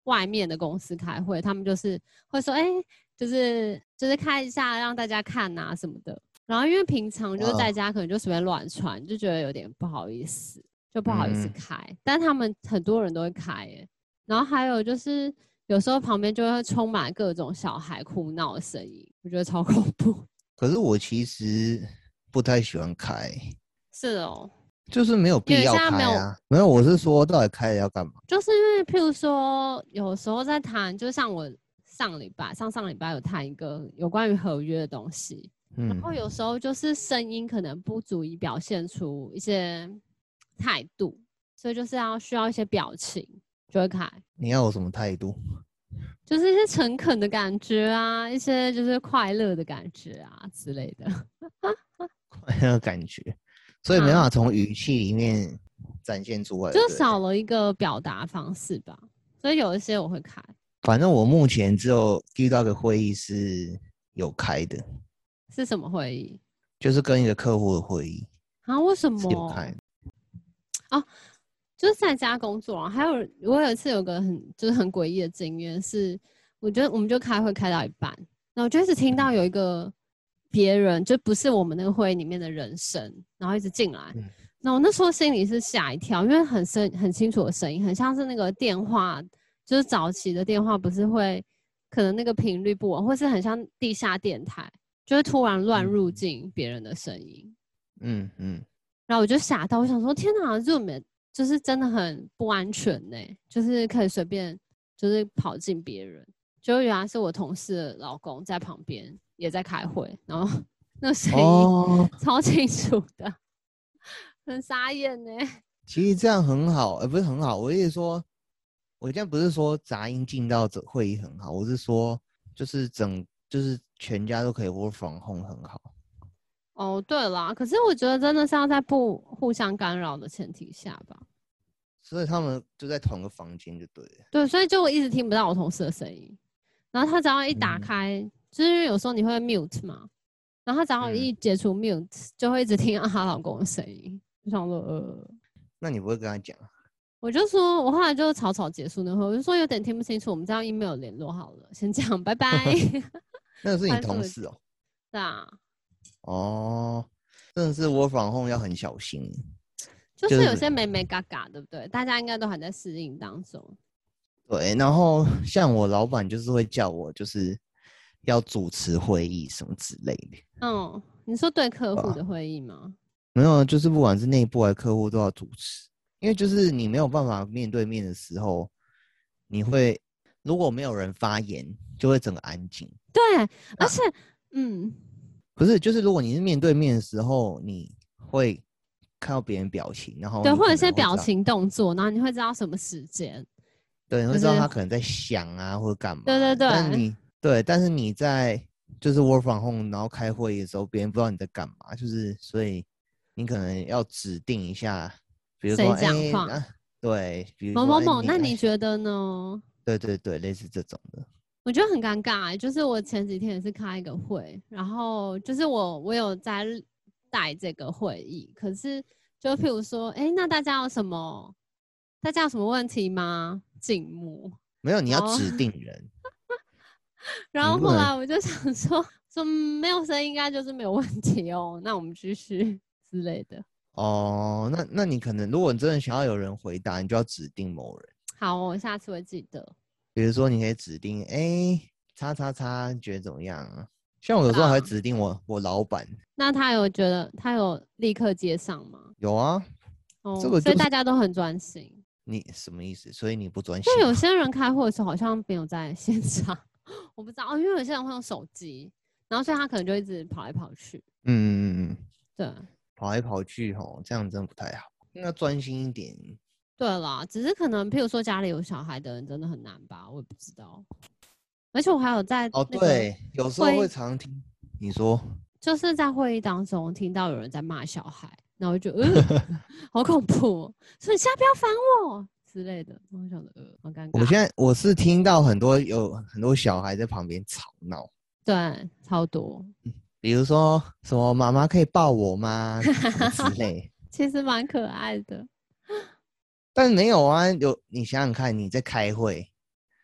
B: 外面的公司开会，他们就是会说，哎、欸，就是就是开一下让大家看啊什么的。然后因为平常就是在家可能就随便乱传，就觉得有点不好意思，就不好意思开。嗯、但他们很多人都会开耶、欸。然后还有就是有时候旁边就会充满各种小孩哭闹的声音，我觉得超恐怖。
C: 可是我其实不太喜欢开。
B: 是哦。
C: 就是没有必要开啊，没有，我是说到底开了要干嘛？
B: 就是因为譬如说，有时候在谈，就像我上礼拜、上上礼拜有谈一个有关于合约的东西，嗯，然后有时候就是声音可能不足以表现出一些态度，所以就是要需要一些表情就会开。
C: 你要有什么态度？
B: 就是一些诚恳的感觉啊，一些就是快乐的感觉啊之类的。
C: 快乐的感觉。所以没办法从语气里面展现出来，
B: 就少了一个表达方式吧。所以有一些我会开。
C: 反正我目前只有遇到个会议是有开的。
B: 是什么会议？
C: 就是跟一个客户的会议。
B: 啊？为什么？
C: 是有开。
B: 啊，就是在家工作啊。还有我有一次有个很就是很诡异的经验是，我觉得我们就开会开到一半，然后我就一直听到有一个。别人就不是我们那个会议里面的人声，然后一直进来，嗯，那我那时候心里是吓一跳，因为很声很清楚的声音，很像是那个电话，就是早期的电话不是会可能那个频率不稳，或是很像地下电台，就会突然乱入进别人的声音，嗯嗯，然后我就吓到，我想说天哪，这种就是真的很不安全呢，就是可以随便就是跑进别人，就原来是我同事的老公在旁边。也在开会，然后那个声音超清楚的，哦、很傻眼呢。
C: 其实这样很好，呃，不是很好。我意思说，我现在不是说杂音进到这会议很好，我是说，就是整，就是全家都可以 work from home 很好。
B: 哦，对啦，可是我觉得真的是要在不互相干扰的前提下吧。
C: 所以他们就在同一个房间就对了。
B: 对，所以就我一直听不到我同事的声音，然后他只要一打开。嗯，就是因为有时候你会 mute 嘛，然后他只要一解除 mute，嗯、就会一直听到她老公的声音。就想说，呃，
C: 那你不会跟他讲？
B: 我就说，我后来就草草结束那会，我就说有点听不清楚，我们这样 email 联络好了，先这样，拜拜。
C: 那个是你同事哦？
B: 是啊。
C: 哦，真的是work from home要很小心。
B: 就是有些眉眉嘎嘎，对不对？大家应该都还在适应当中。
C: 对，然后像我老板就是会叫我，就是。要主持会议什么之类的。
B: 嗯，你说对客户的会议吗？
C: 没有，就是不管是内部还是客户都要主持，因为就是你没有办法面对面的时候，你会如果没有人发言，就会整个安静。
B: 对，而且，嗯，
C: 不是，就是如果你是面对面的时候，你会看到别人表情，然后
B: 对，或者一些表情动作，然后你会知道什么时间。
C: 对，你会知道他可能在想啊，或者干嘛。
B: 对对对。
C: 但你对，但是你在就是 work from home， 然后开会的时候，别人不知道你在干嘛，就是所以你可能要指定一下，比如说
B: 谁讲话、
C: 欸啊，对，比如说
B: 某某某，
C: 欸、
B: 那你觉得呢？
C: 对对对，类似这种的，
B: 我觉得很尴尬、欸。就是我前几天也是开一个会，然后就是我我有在带这个会议，可是就譬如说，哎、欸，那大家有什么？大家有什么问题吗？静默。
C: 没有，你要指定人。
B: 然后后来我就想说，说没有声音应该就是没有问题哦，那我们继续之类的。
C: 哦，那那你可能，如果你真的想要有人回答，你就要指定某人。
B: 好，我下次会记得。
C: 比如说，你可以指定，哎、欸，叉叉叉，你觉得怎么样啊？像我有时候还会指定我、啊、我老板。
B: 那他有觉得他有立刻接上吗？
C: 有啊。
B: 哦，
C: 这个、就是、
B: 所以大家都很专心。
C: 你什么意思？所以你不专心？
B: 就有些人开会的时候好像没有在现场。我不知道哦，因为有些人会用手机，然后所以他可能就一直跑来跑去。嗯嗯嗯，对，
C: 跑来跑去吼，这样真的不太好，应该专心一点。
B: 对啦，只是可能譬如说家里有小孩的人真的很难吧，我也不知道。而且我还有在
C: 哦，对，有时候会常听你说，
B: 就是在会议当中听到有人在骂小孩，然后就呃，好恐怖、哦，所以你现在不要烦我。之类的，我想着呃，好尴尬。
C: 我现在我是听到很多有很多小孩在旁边吵闹，
B: 对，超多。
C: 比如说什么妈妈可以抱我吗之类，
B: 其实蛮可爱的。
C: 但没有啊，有你想想看，你在开会，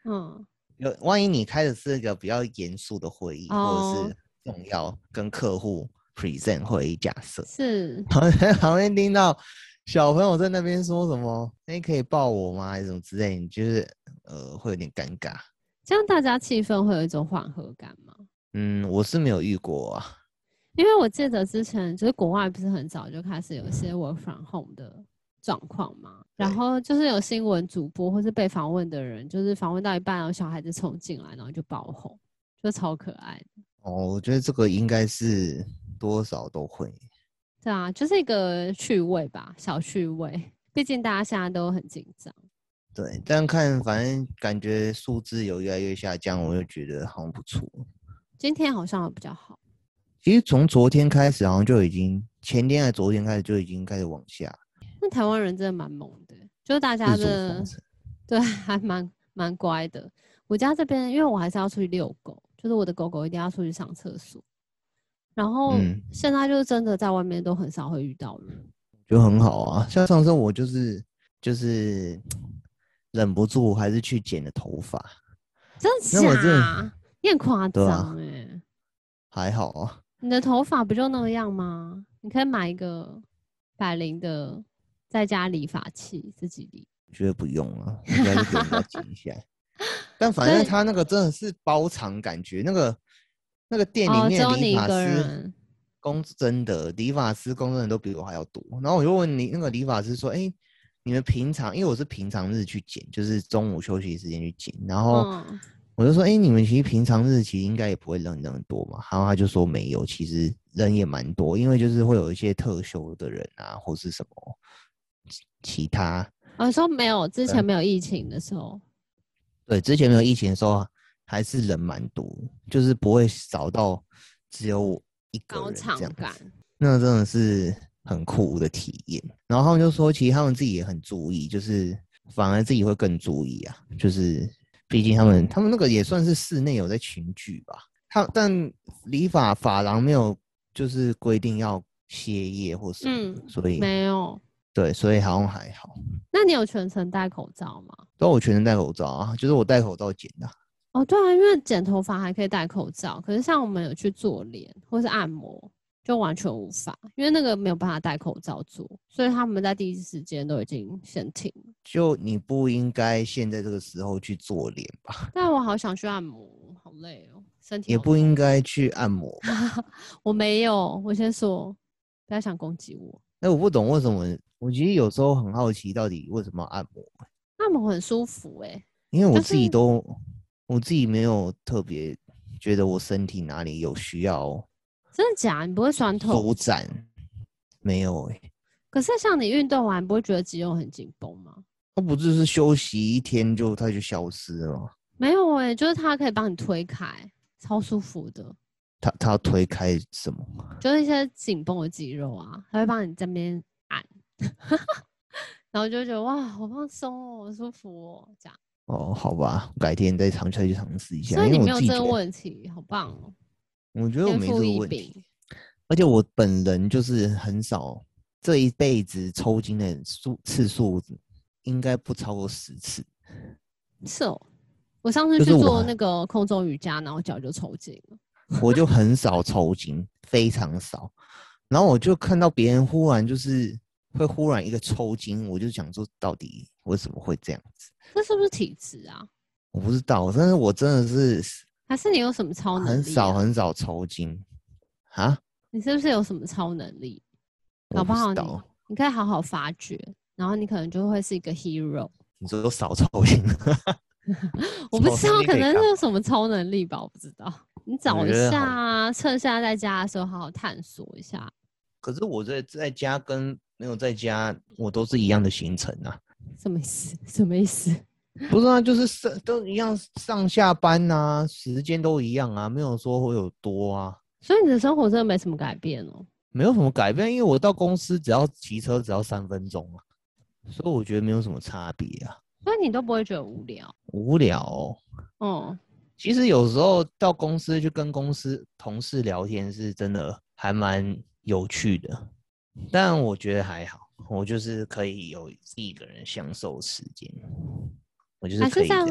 B: 嗯，
C: 有万一你开的是一个比较严肃的会议，
B: 哦、
C: 或者是重要跟客户 present 会议，假设
B: 是，
C: 然后在旁边听到小朋友在那边说什么，哎、欸，可以抱我吗？还是什么之类，你就是呃会有点尴尬。
B: 这样大家气氛会有一种缓和感吗？
C: 嗯，我是没有遇过啊。
B: 因为我记得之前就是国外不是很早就开始有一些 work from home 的状况嘛，然后就是有新闻主播或是被访问的人，就是访问到一半，然后小孩子冲进来，然后就爆红，就超可爱的。
C: 哦，我觉得这个应该是多少都会。
B: 对啊，就是一个趣味吧，小趣味。毕竟大家现在都很紧张。
C: 对，但看反正感觉数字有越来越下降，我就觉得好像不错。
B: 今天好像比较好。
C: 其实从昨天开始，好像就已经前天还昨天开始就已经开始往下。
B: 那台湾人真的蛮猛的，就是大家的对还蛮蛮乖的。我家这边因为我还是要出去遛狗，就是我的狗狗一定要出去上厕所，然后现在就是真的在外面都很少会遇到人，
C: 就很好啊。像上次我就是就是忍不住还是去剪了头发。
B: 真的假？你很夸张哎。
C: 还好啊。
B: 你的头发不就那样吗？你可以买一个百灵的在家理发器自己理。
C: 我觉得不用了，应该是给人家剪一下。但反正他那个真的是包场感觉，那个那个店里面的理发师工真的理发师工真的都比我还要多。然后我就问你那个理发师说：“哎、欸，你们平常因为我是平常日去剪，就是中午休息时间去剪，然后。嗯”我就说，哎、欸，你们其实平常日期应该也不会人那么多嘛。然后他就说没有，其实人也蛮多，因为就是会有一些特休的人啊，或是什么其他。
B: 我说没有，之前没有疫情的时候。
C: 对，之前没有疫情的时候，还是人蛮多，就是不会少到只有一个人这样子。那真的是很酷的体验。然后他们就说，其实他们自己也很注意，就是反而自己会更注意啊，就是。毕竟他们他们那个也算是室内有在群聚吧，他但理发发廊没有就是规定要歇业或什么的，嗯，所以
B: 没有。
C: 对，所以好像还好。
B: 那你有全程戴口罩吗？
C: 都我全程戴口罩啊，就是我戴口罩剪的。
B: 哦，对啊，因为剪头发还可以戴口罩，可是像我们有去做脸或是按摩，就完全无法，因为那个没有办法戴口罩做，所以他们在第一时间都已经先停了。
C: 就你不应该现在这个时候去做脸吧？
B: 但我好想去按摩，好累哦，身体
C: 也不应该去按摩吧？
B: 我没有，我先说，不要想攻击我。
C: 哎、欸，我不懂为什么，我其实有时候很好奇，到底为什么要按摩？
B: 按摩很舒服哎、欸，
C: 因为我自己都、就是、我自己没有特别觉得我身体哪里有需要。
B: 真的假的？你不会酸痛？
C: 舒展没有哎、欸。
B: 可是像你运动完，不会觉得肌肉很紧绷吗？
C: 它不就是休息一天就它就消失了吗？
B: 没有哎、欸，就是它可以帮你推开，超舒服的。
C: 它它要推开什么？
B: 就是一些紧绷的肌肉啊，它会帮你这边按，然后就觉得哇，好放松哦，好舒服哦，这样。
C: 哦，好吧，改天再尝再去尝试一下。
B: 所以你没有这个问题，好棒哦。
C: 我觉得我没这个问题，而且我本人就是很少，这一辈子抽筋的数次数应该不超过十次。
B: 是哦，我上次去做那个空中瑜伽，然后脚就抽筋了。
C: 我就很少抽筋，非常少。然后我就看到别人忽然就是会忽然一个抽筋，我就想说到底为什么会这样子？
B: 这是不是体质啊？
C: 我不知道，但是我真的是。
B: 还是你有什么超能力、啊？
C: 很少很少抽筋啊！
B: 你是不是有什么超能力？搞不好你你可以好好发掘，然后你可能就会是一个 hero。
C: 你说少抽筋？
B: 我不知道，可能是有什么超能力吧，我不知道。你找一下啊，趁现在在家的时候好好探索一下。
C: 可是我在在家跟没有在家，我都是一样的行程啊。
B: 什么意思？什么意思？
C: 不是啊，就是都一样上下班啊，时间都一样啊，没有说会有多啊。
B: 所以你的生活真的没什么改变哦？
C: 没有什么改变，因为我到公司只要骑车只要三分钟啊，所以我觉得没有什么差别啊。
B: 所以你都不会觉得无聊？
C: 无聊哦。
B: 嗯，
C: 其实有时候到公司去跟公司同事聊天，是真的还蛮有趣的，但我觉得还好，我就是可以有自己一个人享受时间。我就是可以这样，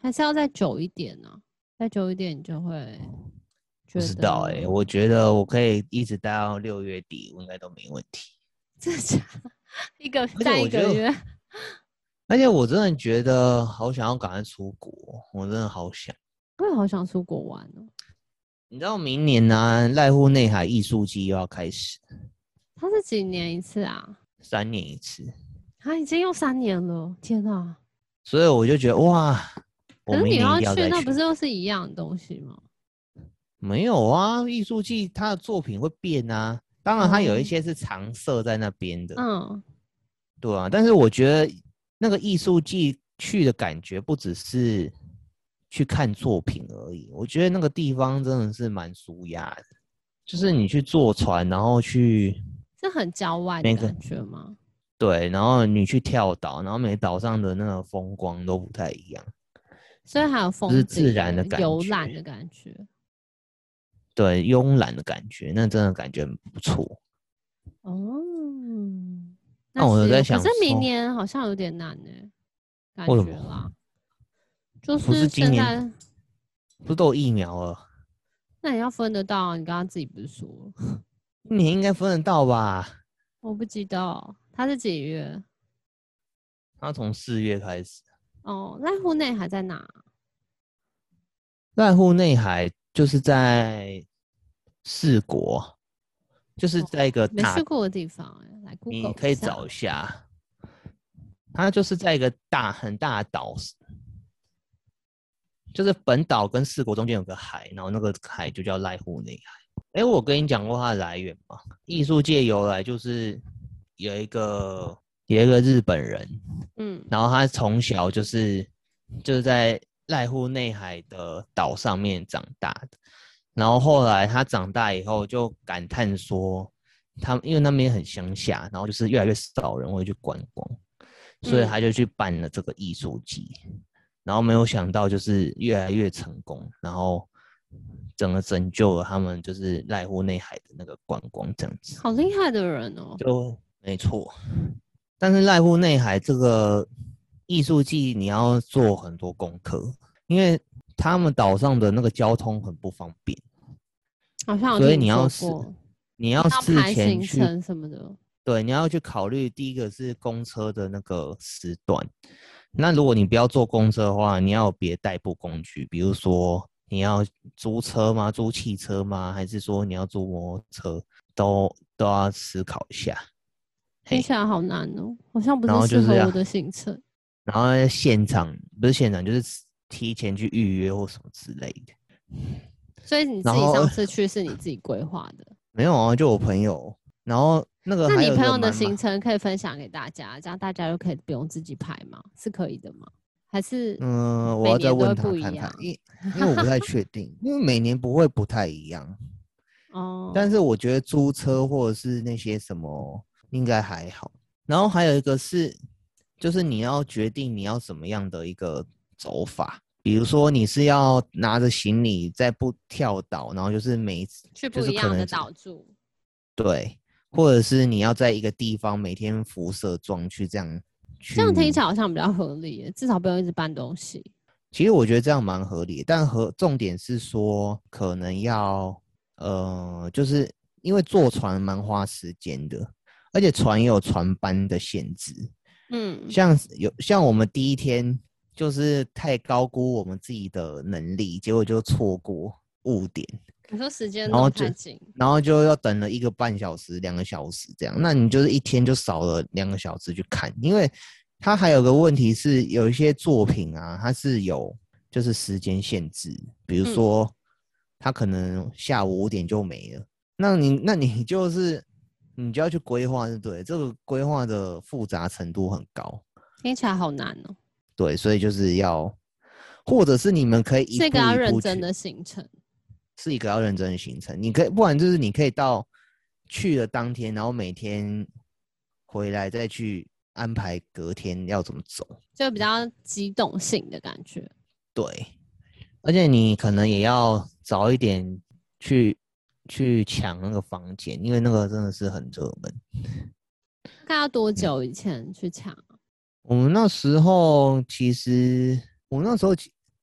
B: 还是要再久一点呢、啊？再久一点你就会觉得。
C: 不知道哎、欸，我觉得我可以一直待到六月底，我应该都没问题。
B: 真的假的？一个待一个月。
C: 而且我真的觉得好想要赶快出国，我真的好想。
B: 我也好想出国玩哦。
C: 你知道明年呢、啊，濑户内海艺术季又要开始。
B: 它是几年一次啊？
C: 三年一次。
B: 它已经又三年了，天哪！
C: 所以我就觉得哇，
B: 可是你要去，
C: 我明年一定要再去，
B: 那不是又是一样的东西吗？
C: 没有啊，艺术季它的作品会变啊。当然，它有一些是常设在那边的，
B: 嗯，
C: 对啊。但是我觉得那个艺术季去的感觉，不只是去看作品而已。我觉得那个地方真的是蛮舒压的，就是你去坐船，然后去，
B: 是很郊外的感觉吗？
C: 对，然后你去跳岛，然后每岛上的那个风光都不太一样，
B: 所以还有风景，
C: 就是自然的感觉，
B: 游览的感觉。
C: 对，慵懒的感觉，那真的感觉很不错。
B: 哦，
C: 那我在想，
B: 可是明年好像有点难呢、欸，感觉啦。
C: 就是
B: 现在
C: 不是都有疫苗了？
B: 那你要分得到、啊？你刚刚自己不是说了？
C: 你应该分得到吧？
B: 我不知道，他是几月？
C: 他从四月开始。
B: 哦，濑户内海在哪？
C: 濑户内海就是在四国，就是在一个大、
B: 哦、没去过的地方、欸，来 Google
C: 你可以找一下。它就是在一个大很大的岛，就是本岛跟四国中间有个海，然后那个海就叫濑户内海。哎、欸，我跟你讲过它的来源吗？艺术界由来就是有一个有一个日本人，嗯，然后他从小就是就是在濑户内海的岛上面长大的，然后后来他长大以后就感叹说，他因为那边很乡下，然后就是越来越少人会去观光，所以他就去办了这个艺术季，嗯，然后没有想到就是越来越成功，然后整个拯救了他们就是濑户内海的那个观光这样子。
B: 好厉害的人哦！
C: 就没错，但是濑户内海这个艺术季你要做很多功课，因为他们岛上的那个交通很不方便，
B: 好像有
C: 所以你要
B: 事
C: 你要事前去
B: 排行程什么的，
C: 对，你要去考虑第一个是公车的那个时段。那如果你不要坐公车的话，你要有别的代步工具，比如说你要租车吗？租汽车吗？还是说你要租摩托车？都都要思考一下。
B: 听起来好难哦，好像不是适合我的行程。
C: 然后在现场不是现场，就是提前去预约或什么之类的。
B: 所以你自己上次去是你自己规划的？
C: 没有啊，就我朋友。然后那个，
B: 那你朋友的行程可以分享给大家，这样大家就可以不用自己排吗？是可以的吗？还是
C: 嗯，我要再问他看看，因因为我不太确定，因为每年不会不太一样。哦，但是我觉得租车或者是那些什么应该还好。然后还有一个是，就是你要决定你要什么样的一个走法，比如说你是要拿着行李在不跳岛，然后就是每
B: 去不一样的岛住，
C: 对，或者是你要在一个地方每天辐射装去这样去，
B: 这样听起来好像比较合理，至少不用一直搬东西。
C: 其实我觉得这样蛮合理的，但和重点是说可能要。呃，就是因为坐船蛮花时间的，而且船也有船班的限制。嗯，像有像我们第一天就是太高估我们自己的能力，结果就错过误点。
B: 你说时间都太紧，
C: 然后就要等了一个半小时、两个小时这样，那你就是一天就少了两个小时去看，因为它还有个问题是，有一些作品啊，它是有就是时间限制，比如说。嗯，他可能下午五点就没了，那你那你就是你就要去规划，对不对？这个规划的复杂程度很高，
B: 听起来好难哦。
C: 对，所以就是要，或者是你们可以一步一步去，
B: 是一个要认真的行程，
C: 是一个要认真的行程。你可以，不然就是你可以到去了当天，然后每天回来再去安排隔天要怎么走，
B: 就比较机动性的感觉。
C: 对。而且你可能也要早一点去去抢那个房间，因为那个真的是很热门。
B: 看要多久以前去抢、
C: 嗯？我们那时候其实，我们那时候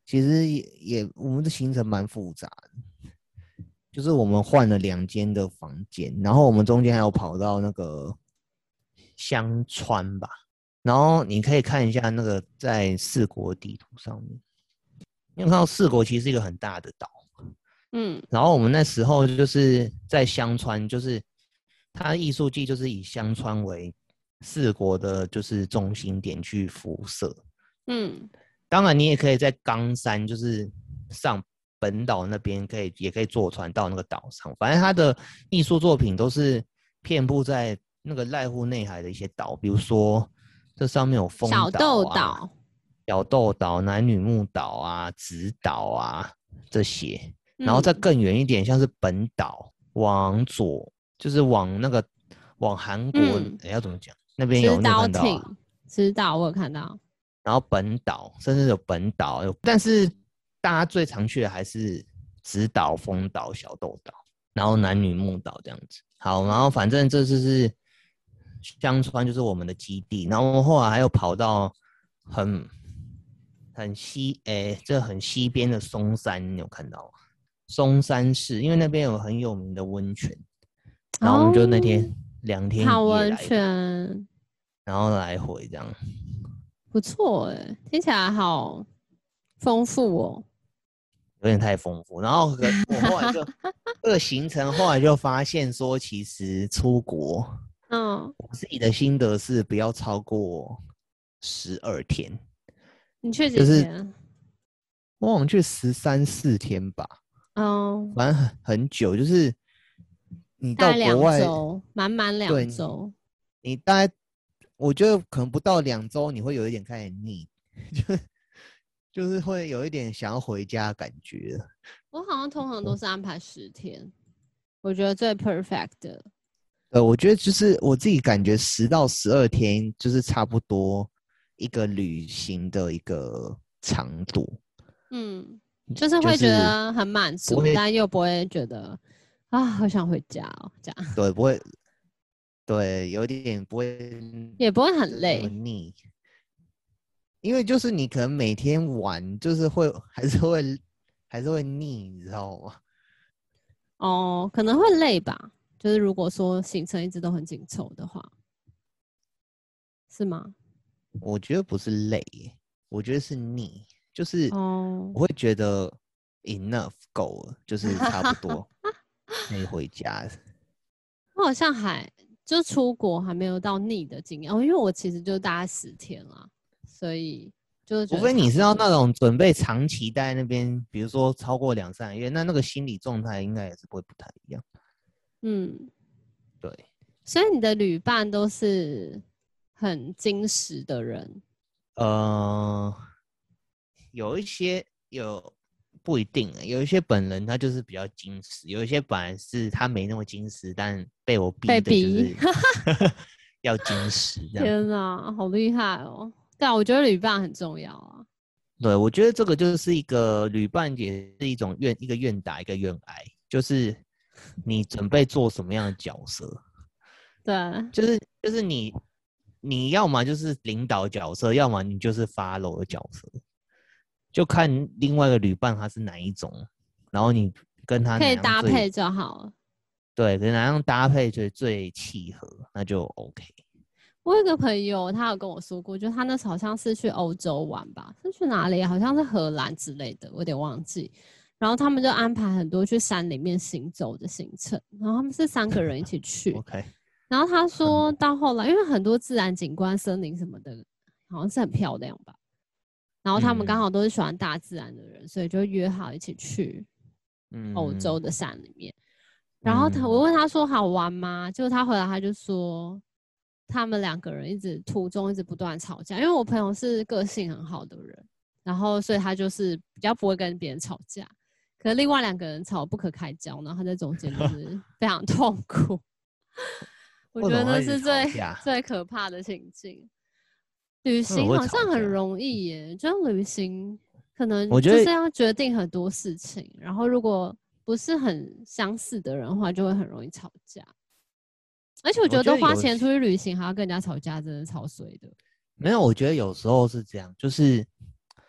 C: 其实也也我们的行程蛮复杂的，就是我们换了两间的房间，然后我们中间还有跑到那个香川吧，然后你可以看一下那个在四国地图上面，你有看到四国其实是一个很大的岛，嗯，然后我们那时候就是在香川，就是它艺术季就是以香川为四国的就是中心点去辐射，嗯，当然你也可以在冈山就是上本岛那边可以也可以坐船到那个岛上，反正它的艺术作品都是遍布在那个濑户内海的一些岛，比如说这上面有丰岛、啊、
B: 小豆岛、
C: 小豆岛、男女木岛啊、直岛啊这些，然后再更远一点，像是本岛往左就是往那个往韩国，哎、嗯欸，要怎么讲？那边有你有看到啊？
B: 直岛我有看到，
C: 然后本岛甚至有本岛，但是大家最常去的还是直岛、丰岛、小豆岛，然后男女木岛这样子。好，然后反正这就是香川，就是我们的基地。然后后来还有跑到很很西，诶、欸，这很西边的松山，你有看到吗？松山市，因为那边有很有名的温泉，然后我们就那天两天一夜
B: 泡温泉，
C: 然后来回这样。
B: 不错哎、欸，听起来好丰富哦，
C: 有点太丰富。然后我后来就这个行程后来就发现说，其实出国，嗯，我自己的心得是不要超过十二天。
B: 你去几天？
C: 就是我好像去十三四天吧，嗯，反正很很久，就是你到国外
B: 满满两周，
C: 你大概我觉得可能不到两周，你会有一点开始腻，就就是会有一点想要回家的感觉。
B: 我好像通常都是安排十天，我觉得最 perfect 的。
C: 呃，我觉得就是我自己感觉十到十二天就是差不多一个旅行的一个长度。嗯，
B: 就是会觉得很满足，就是、但又不会觉得啊，好想回家哦，这样。
C: 对，不会，对，有点不会，
B: 也不会很累，
C: 腻。因为就是你可能每天玩，就是会还是会还是会腻，你知道吗？
B: 哦，可能会累吧。就是如果说行程一直都很紧凑的话，是吗？
C: 我觉得不是累，我觉得是腻。就是我会觉得 enough 够了，就是差不多可以回家了。
B: 我好像还就出国还没有到腻的经验哦，因为我其实就大概十天啦，所以就是
C: 除非你是要那种准备长期待在那边，比如说超过两三个月，那那个心理状态应该也是不会不太一样。嗯，对。
B: 所以你的旅伴都是很精实的人？
C: 呃。有一些有不一定，有一些本人他就是比较矜持，有一些本来是他没那么矜持，但被我逼的就是要矜持这样。
B: 天哪，好厉害哦！对啊，我觉得旅伴很重要啊。
C: 对，我觉得这个就是一个旅伴，也是一种愿一个愿打一个愿挨，就是你准备做什么样的角色。
B: 对，
C: 就是就是你你要么就是领导角色，要么你就是 follow 的角色。就看另外一个旅伴他是哪一种，然后你跟他
B: 可以搭配就好了。
C: 对，跟哪样搭配最最契合，那就 OK。
B: 我有一个朋友，他有跟我说过，就他那时候好像是去欧洲玩吧，是去哪里？好像是荷兰之类的，我有点忘记。然后他们就安排很多去山里面行走的行程，然后他们是三个人一起去。
C: OK。
B: 然后他说到后来，因为很多自然景观、森林什么的，好像是很漂亮吧。然后他们刚好都是喜欢大自然的人，嗯、所以就约好一起去欧洲的山里面。嗯、然后他我问他说好玩吗？结果他回来他就说，他们两个人一直途中一直不断吵架，因为我朋友是个性很好的人，然后所以他就是比较不会跟别人吵架。可是另外两个人吵不可开交，然后他在中间就是非常痛苦。我觉得那是最最可怕的情境。旅行好像很容易耶，就旅行可能就是要决定很多事情，然后如果不是很相似的人的话，就会很容易吵架。而且我觉得都花钱出去旅行，还要跟人家吵架，真的超衰的。
C: 没有，我觉得有时候是这样，就是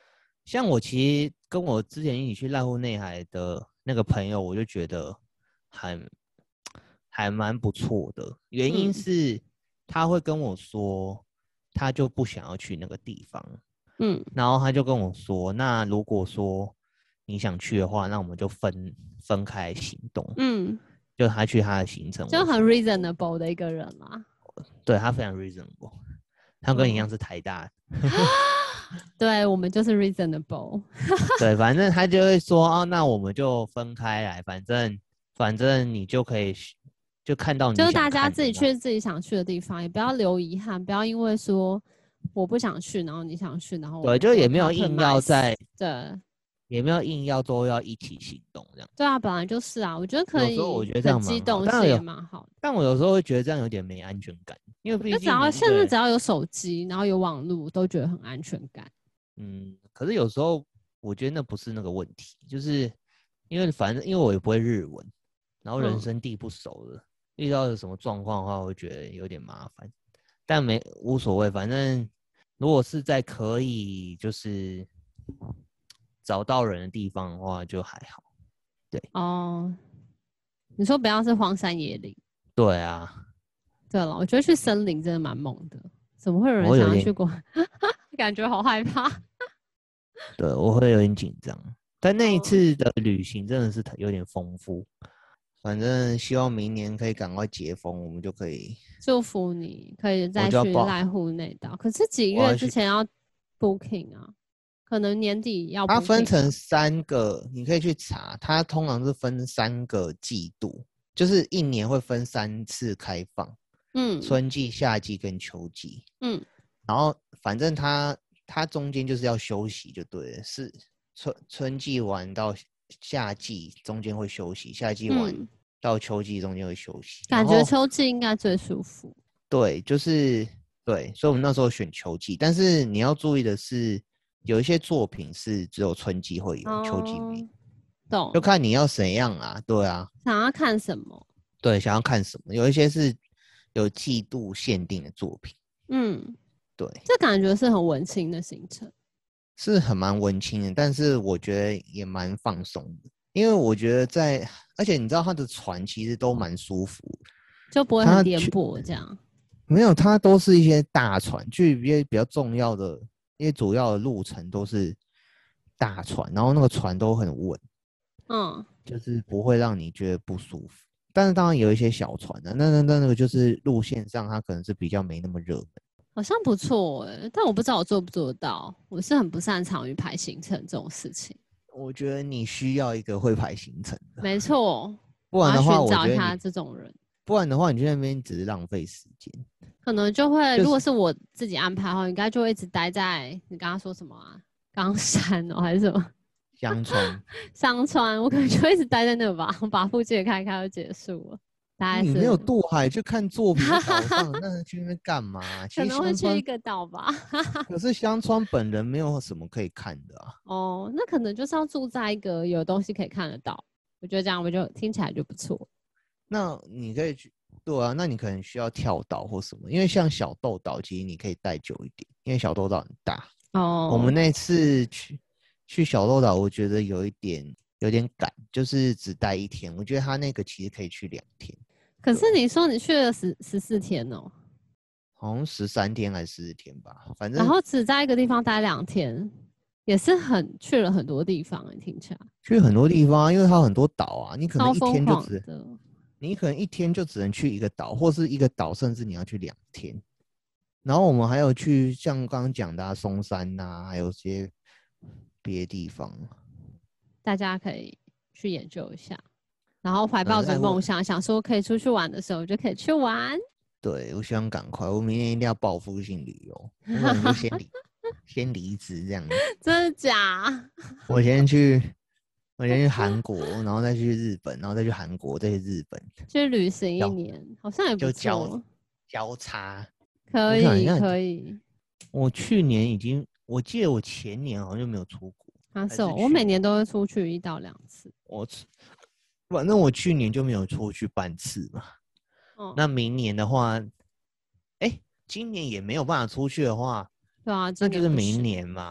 A: 像我其实跟我之前一起去濑户内海的那个朋友，我就觉得还还蛮不错的。原因是他会跟我说，他就不想要去那个地方，嗯，然后他就跟我说，那如果说你想去的话，那我们就分分开行动，嗯，就他去他的行程，
B: 就很 reasonable 的一个人啦。
A: 对，他非常 reasonable， 他跟你一样是台大的。
B: 对，我们就是 reasonable。
A: 对，反正他就会说哦，那我们就分开来，反正反正你就可以就看到你想看的，
B: 就是大家自己去自己想去的地方，也不要留遗憾，不要因为说我不想去，然后你想去，然后
A: 对，就也没有硬要在
B: 对，
A: 也没有硬要都要一起行动这样。
B: 对啊，本来就是啊，我觉得可以，
A: 有时候我觉得这样
B: 激动性也蛮好的，
A: 但我有时候会觉得这样有点没安全感，因为毕竟
B: 只要现在只要有手机，然后有网络，都觉得很安全感。
A: 嗯，可是有时候我觉得那不是那个问题，就是因为反正因为我也不会日文，然后人生地不熟的，嗯、遇到有什么状况的话，我会觉得有点麻烦。但没无所谓，反正如果是在可以就是找到人的地方的话，就还好。对
B: 哦，你说不要是荒山野岭。
A: 对啊，
B: 对了，我觉得去森林真的蛮猛的，怎么会有人想要去过？感觉好害怕。
A: 对，我会有点紧张，但那一次的旅行真的是有点丰富。反正希望明年可以赶快解封，我们就可以。
B: 祝福你可以再去濑户内岛，可是几月之前要 booking 啊？可能年底要 booking。
C: 它分成三个，你可以去查，它通常是分三个季度，就是一年会分三次开放，嗯，春季、夏季跟秋季，嗯，然后反正它它中间就是要休息就对了，是春春季玩到夏季中间会休息，夏季玩到秋季中间会休息，
B: 感觉秋季应该最舒服。
C: 对，就是对，所以我们那时候选秋季，但是你要注意的是，有一些作品是只有春季会有，哦、秋季没有，
B: 懂？
C: 就看你要怎样啊，对啊，
B: 想要看什么？
C: 对，想要看什么？有一些是有季度限定的作品，嗯，对，
B: 这感觉是很文青的行程，
C: 是很蛮文青的，但是我觉得也蛮放松的，因为我觉得在，而且你知道它的船其实都蛮舒服，
B: 就不会很颠簸这样。
C: 没有，它都是一些大船，去一些比较重要的、一些主要的路程都是大船，然后那个船都很稳，嗯，就是不会让你觉得不舒服。但是当然有一些小船的、啊，那那那那个就是路线上它可能是比较没那么热门，
B: 好像不错哎、欸，但我不知道我做不做得到，我是很不擅长于排行程这种事情。
C: 我觉得你需要一个会排行程的，
B: 没错，
C: 不然的话，
B: 我要寻找一下这种人。
C: 不然的话，你去那边只是浪费时间。
B: 可能就会，就是、如果是我自己安排的话，应该就会一直待在你刚刚说什么啊？冈山哦，还是什么？
C: 香川。
B: 香川，我可能就一直待在那吧，我把附近看一看就结束了。大概是
C: 你没有渡海去看作品岛上，那去那边干嘛？
B: 可能会去一个岛吧。
C: 可是香川本人没有什么可以看的啊。
B: 哦，那可能就是要住在一个有东西可以看得到。我觉得这样，我就听起来就不错。
C: 那你可以去，对啊，那你可能需要跳岛或什么，因为像小豆岛，其实你可以待久一点，因为小豆岛很大。哦，我们那次去去小豆岛，我觉得有一点有点赶，就是只待一天。我觉得他那个其实可以去两天。
B: 可是你说你去了十十四天哦，
C: 好像十三天还是十四天吧，反正
B: 然后只在一个地方待两天。也是很去了很多地方，听起来
C: 去很多地方，因为它有很多岛啊，你可能一天就只，你可能一天就只能去一个岛，或是一个岛，甚至你要去两天。然后我们还有去像刚刚讲的啊，松山呐、啊，还有些别的地方，
B: 大家可以去研究一下。然后怀抱着梦想，想说可以出去玩的时候就可以去玩。
C: 对，我希望赶快，我明年一定要报复性旅游，我可能就先离。先离职这样子，
B: 真的假？
C: 我先去，我先去韩国，然后再去日本，然后再去韩国，再去日本，
B: 去旅行一年，好像也不错。
C: 就交交叉，
B: 可以可以。
C: 我去年已经，我记得我前年好像就没有出国。
B: 啊，是哦，我每年都会出去一到两次。
C: 我反正我去年就没有出去半次嘛。哦、那明年的话，哎、欸，今年也没有办法出去的话。
B: 对啊，
C: 那就是明年嘛。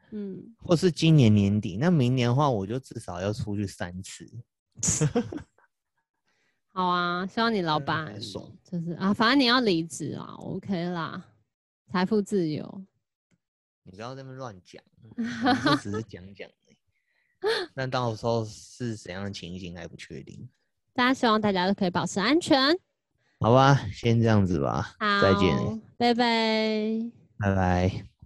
B: 嗯，
C: 或是今年年底，那明年的话，我就至少要出去三次。
B: 好啊，希望你老板就是啊，反正你要离职啊 ，OK 啦，财富自由。
C: 你不要在那边乱讲，这只是讲讲而已。但到时候是怎样的情形还不确定。
B: 大家希望大家都可以保持安全。
C: 好吧，先这样子吧，再见，
B: 拜拜，
C: 拜拜。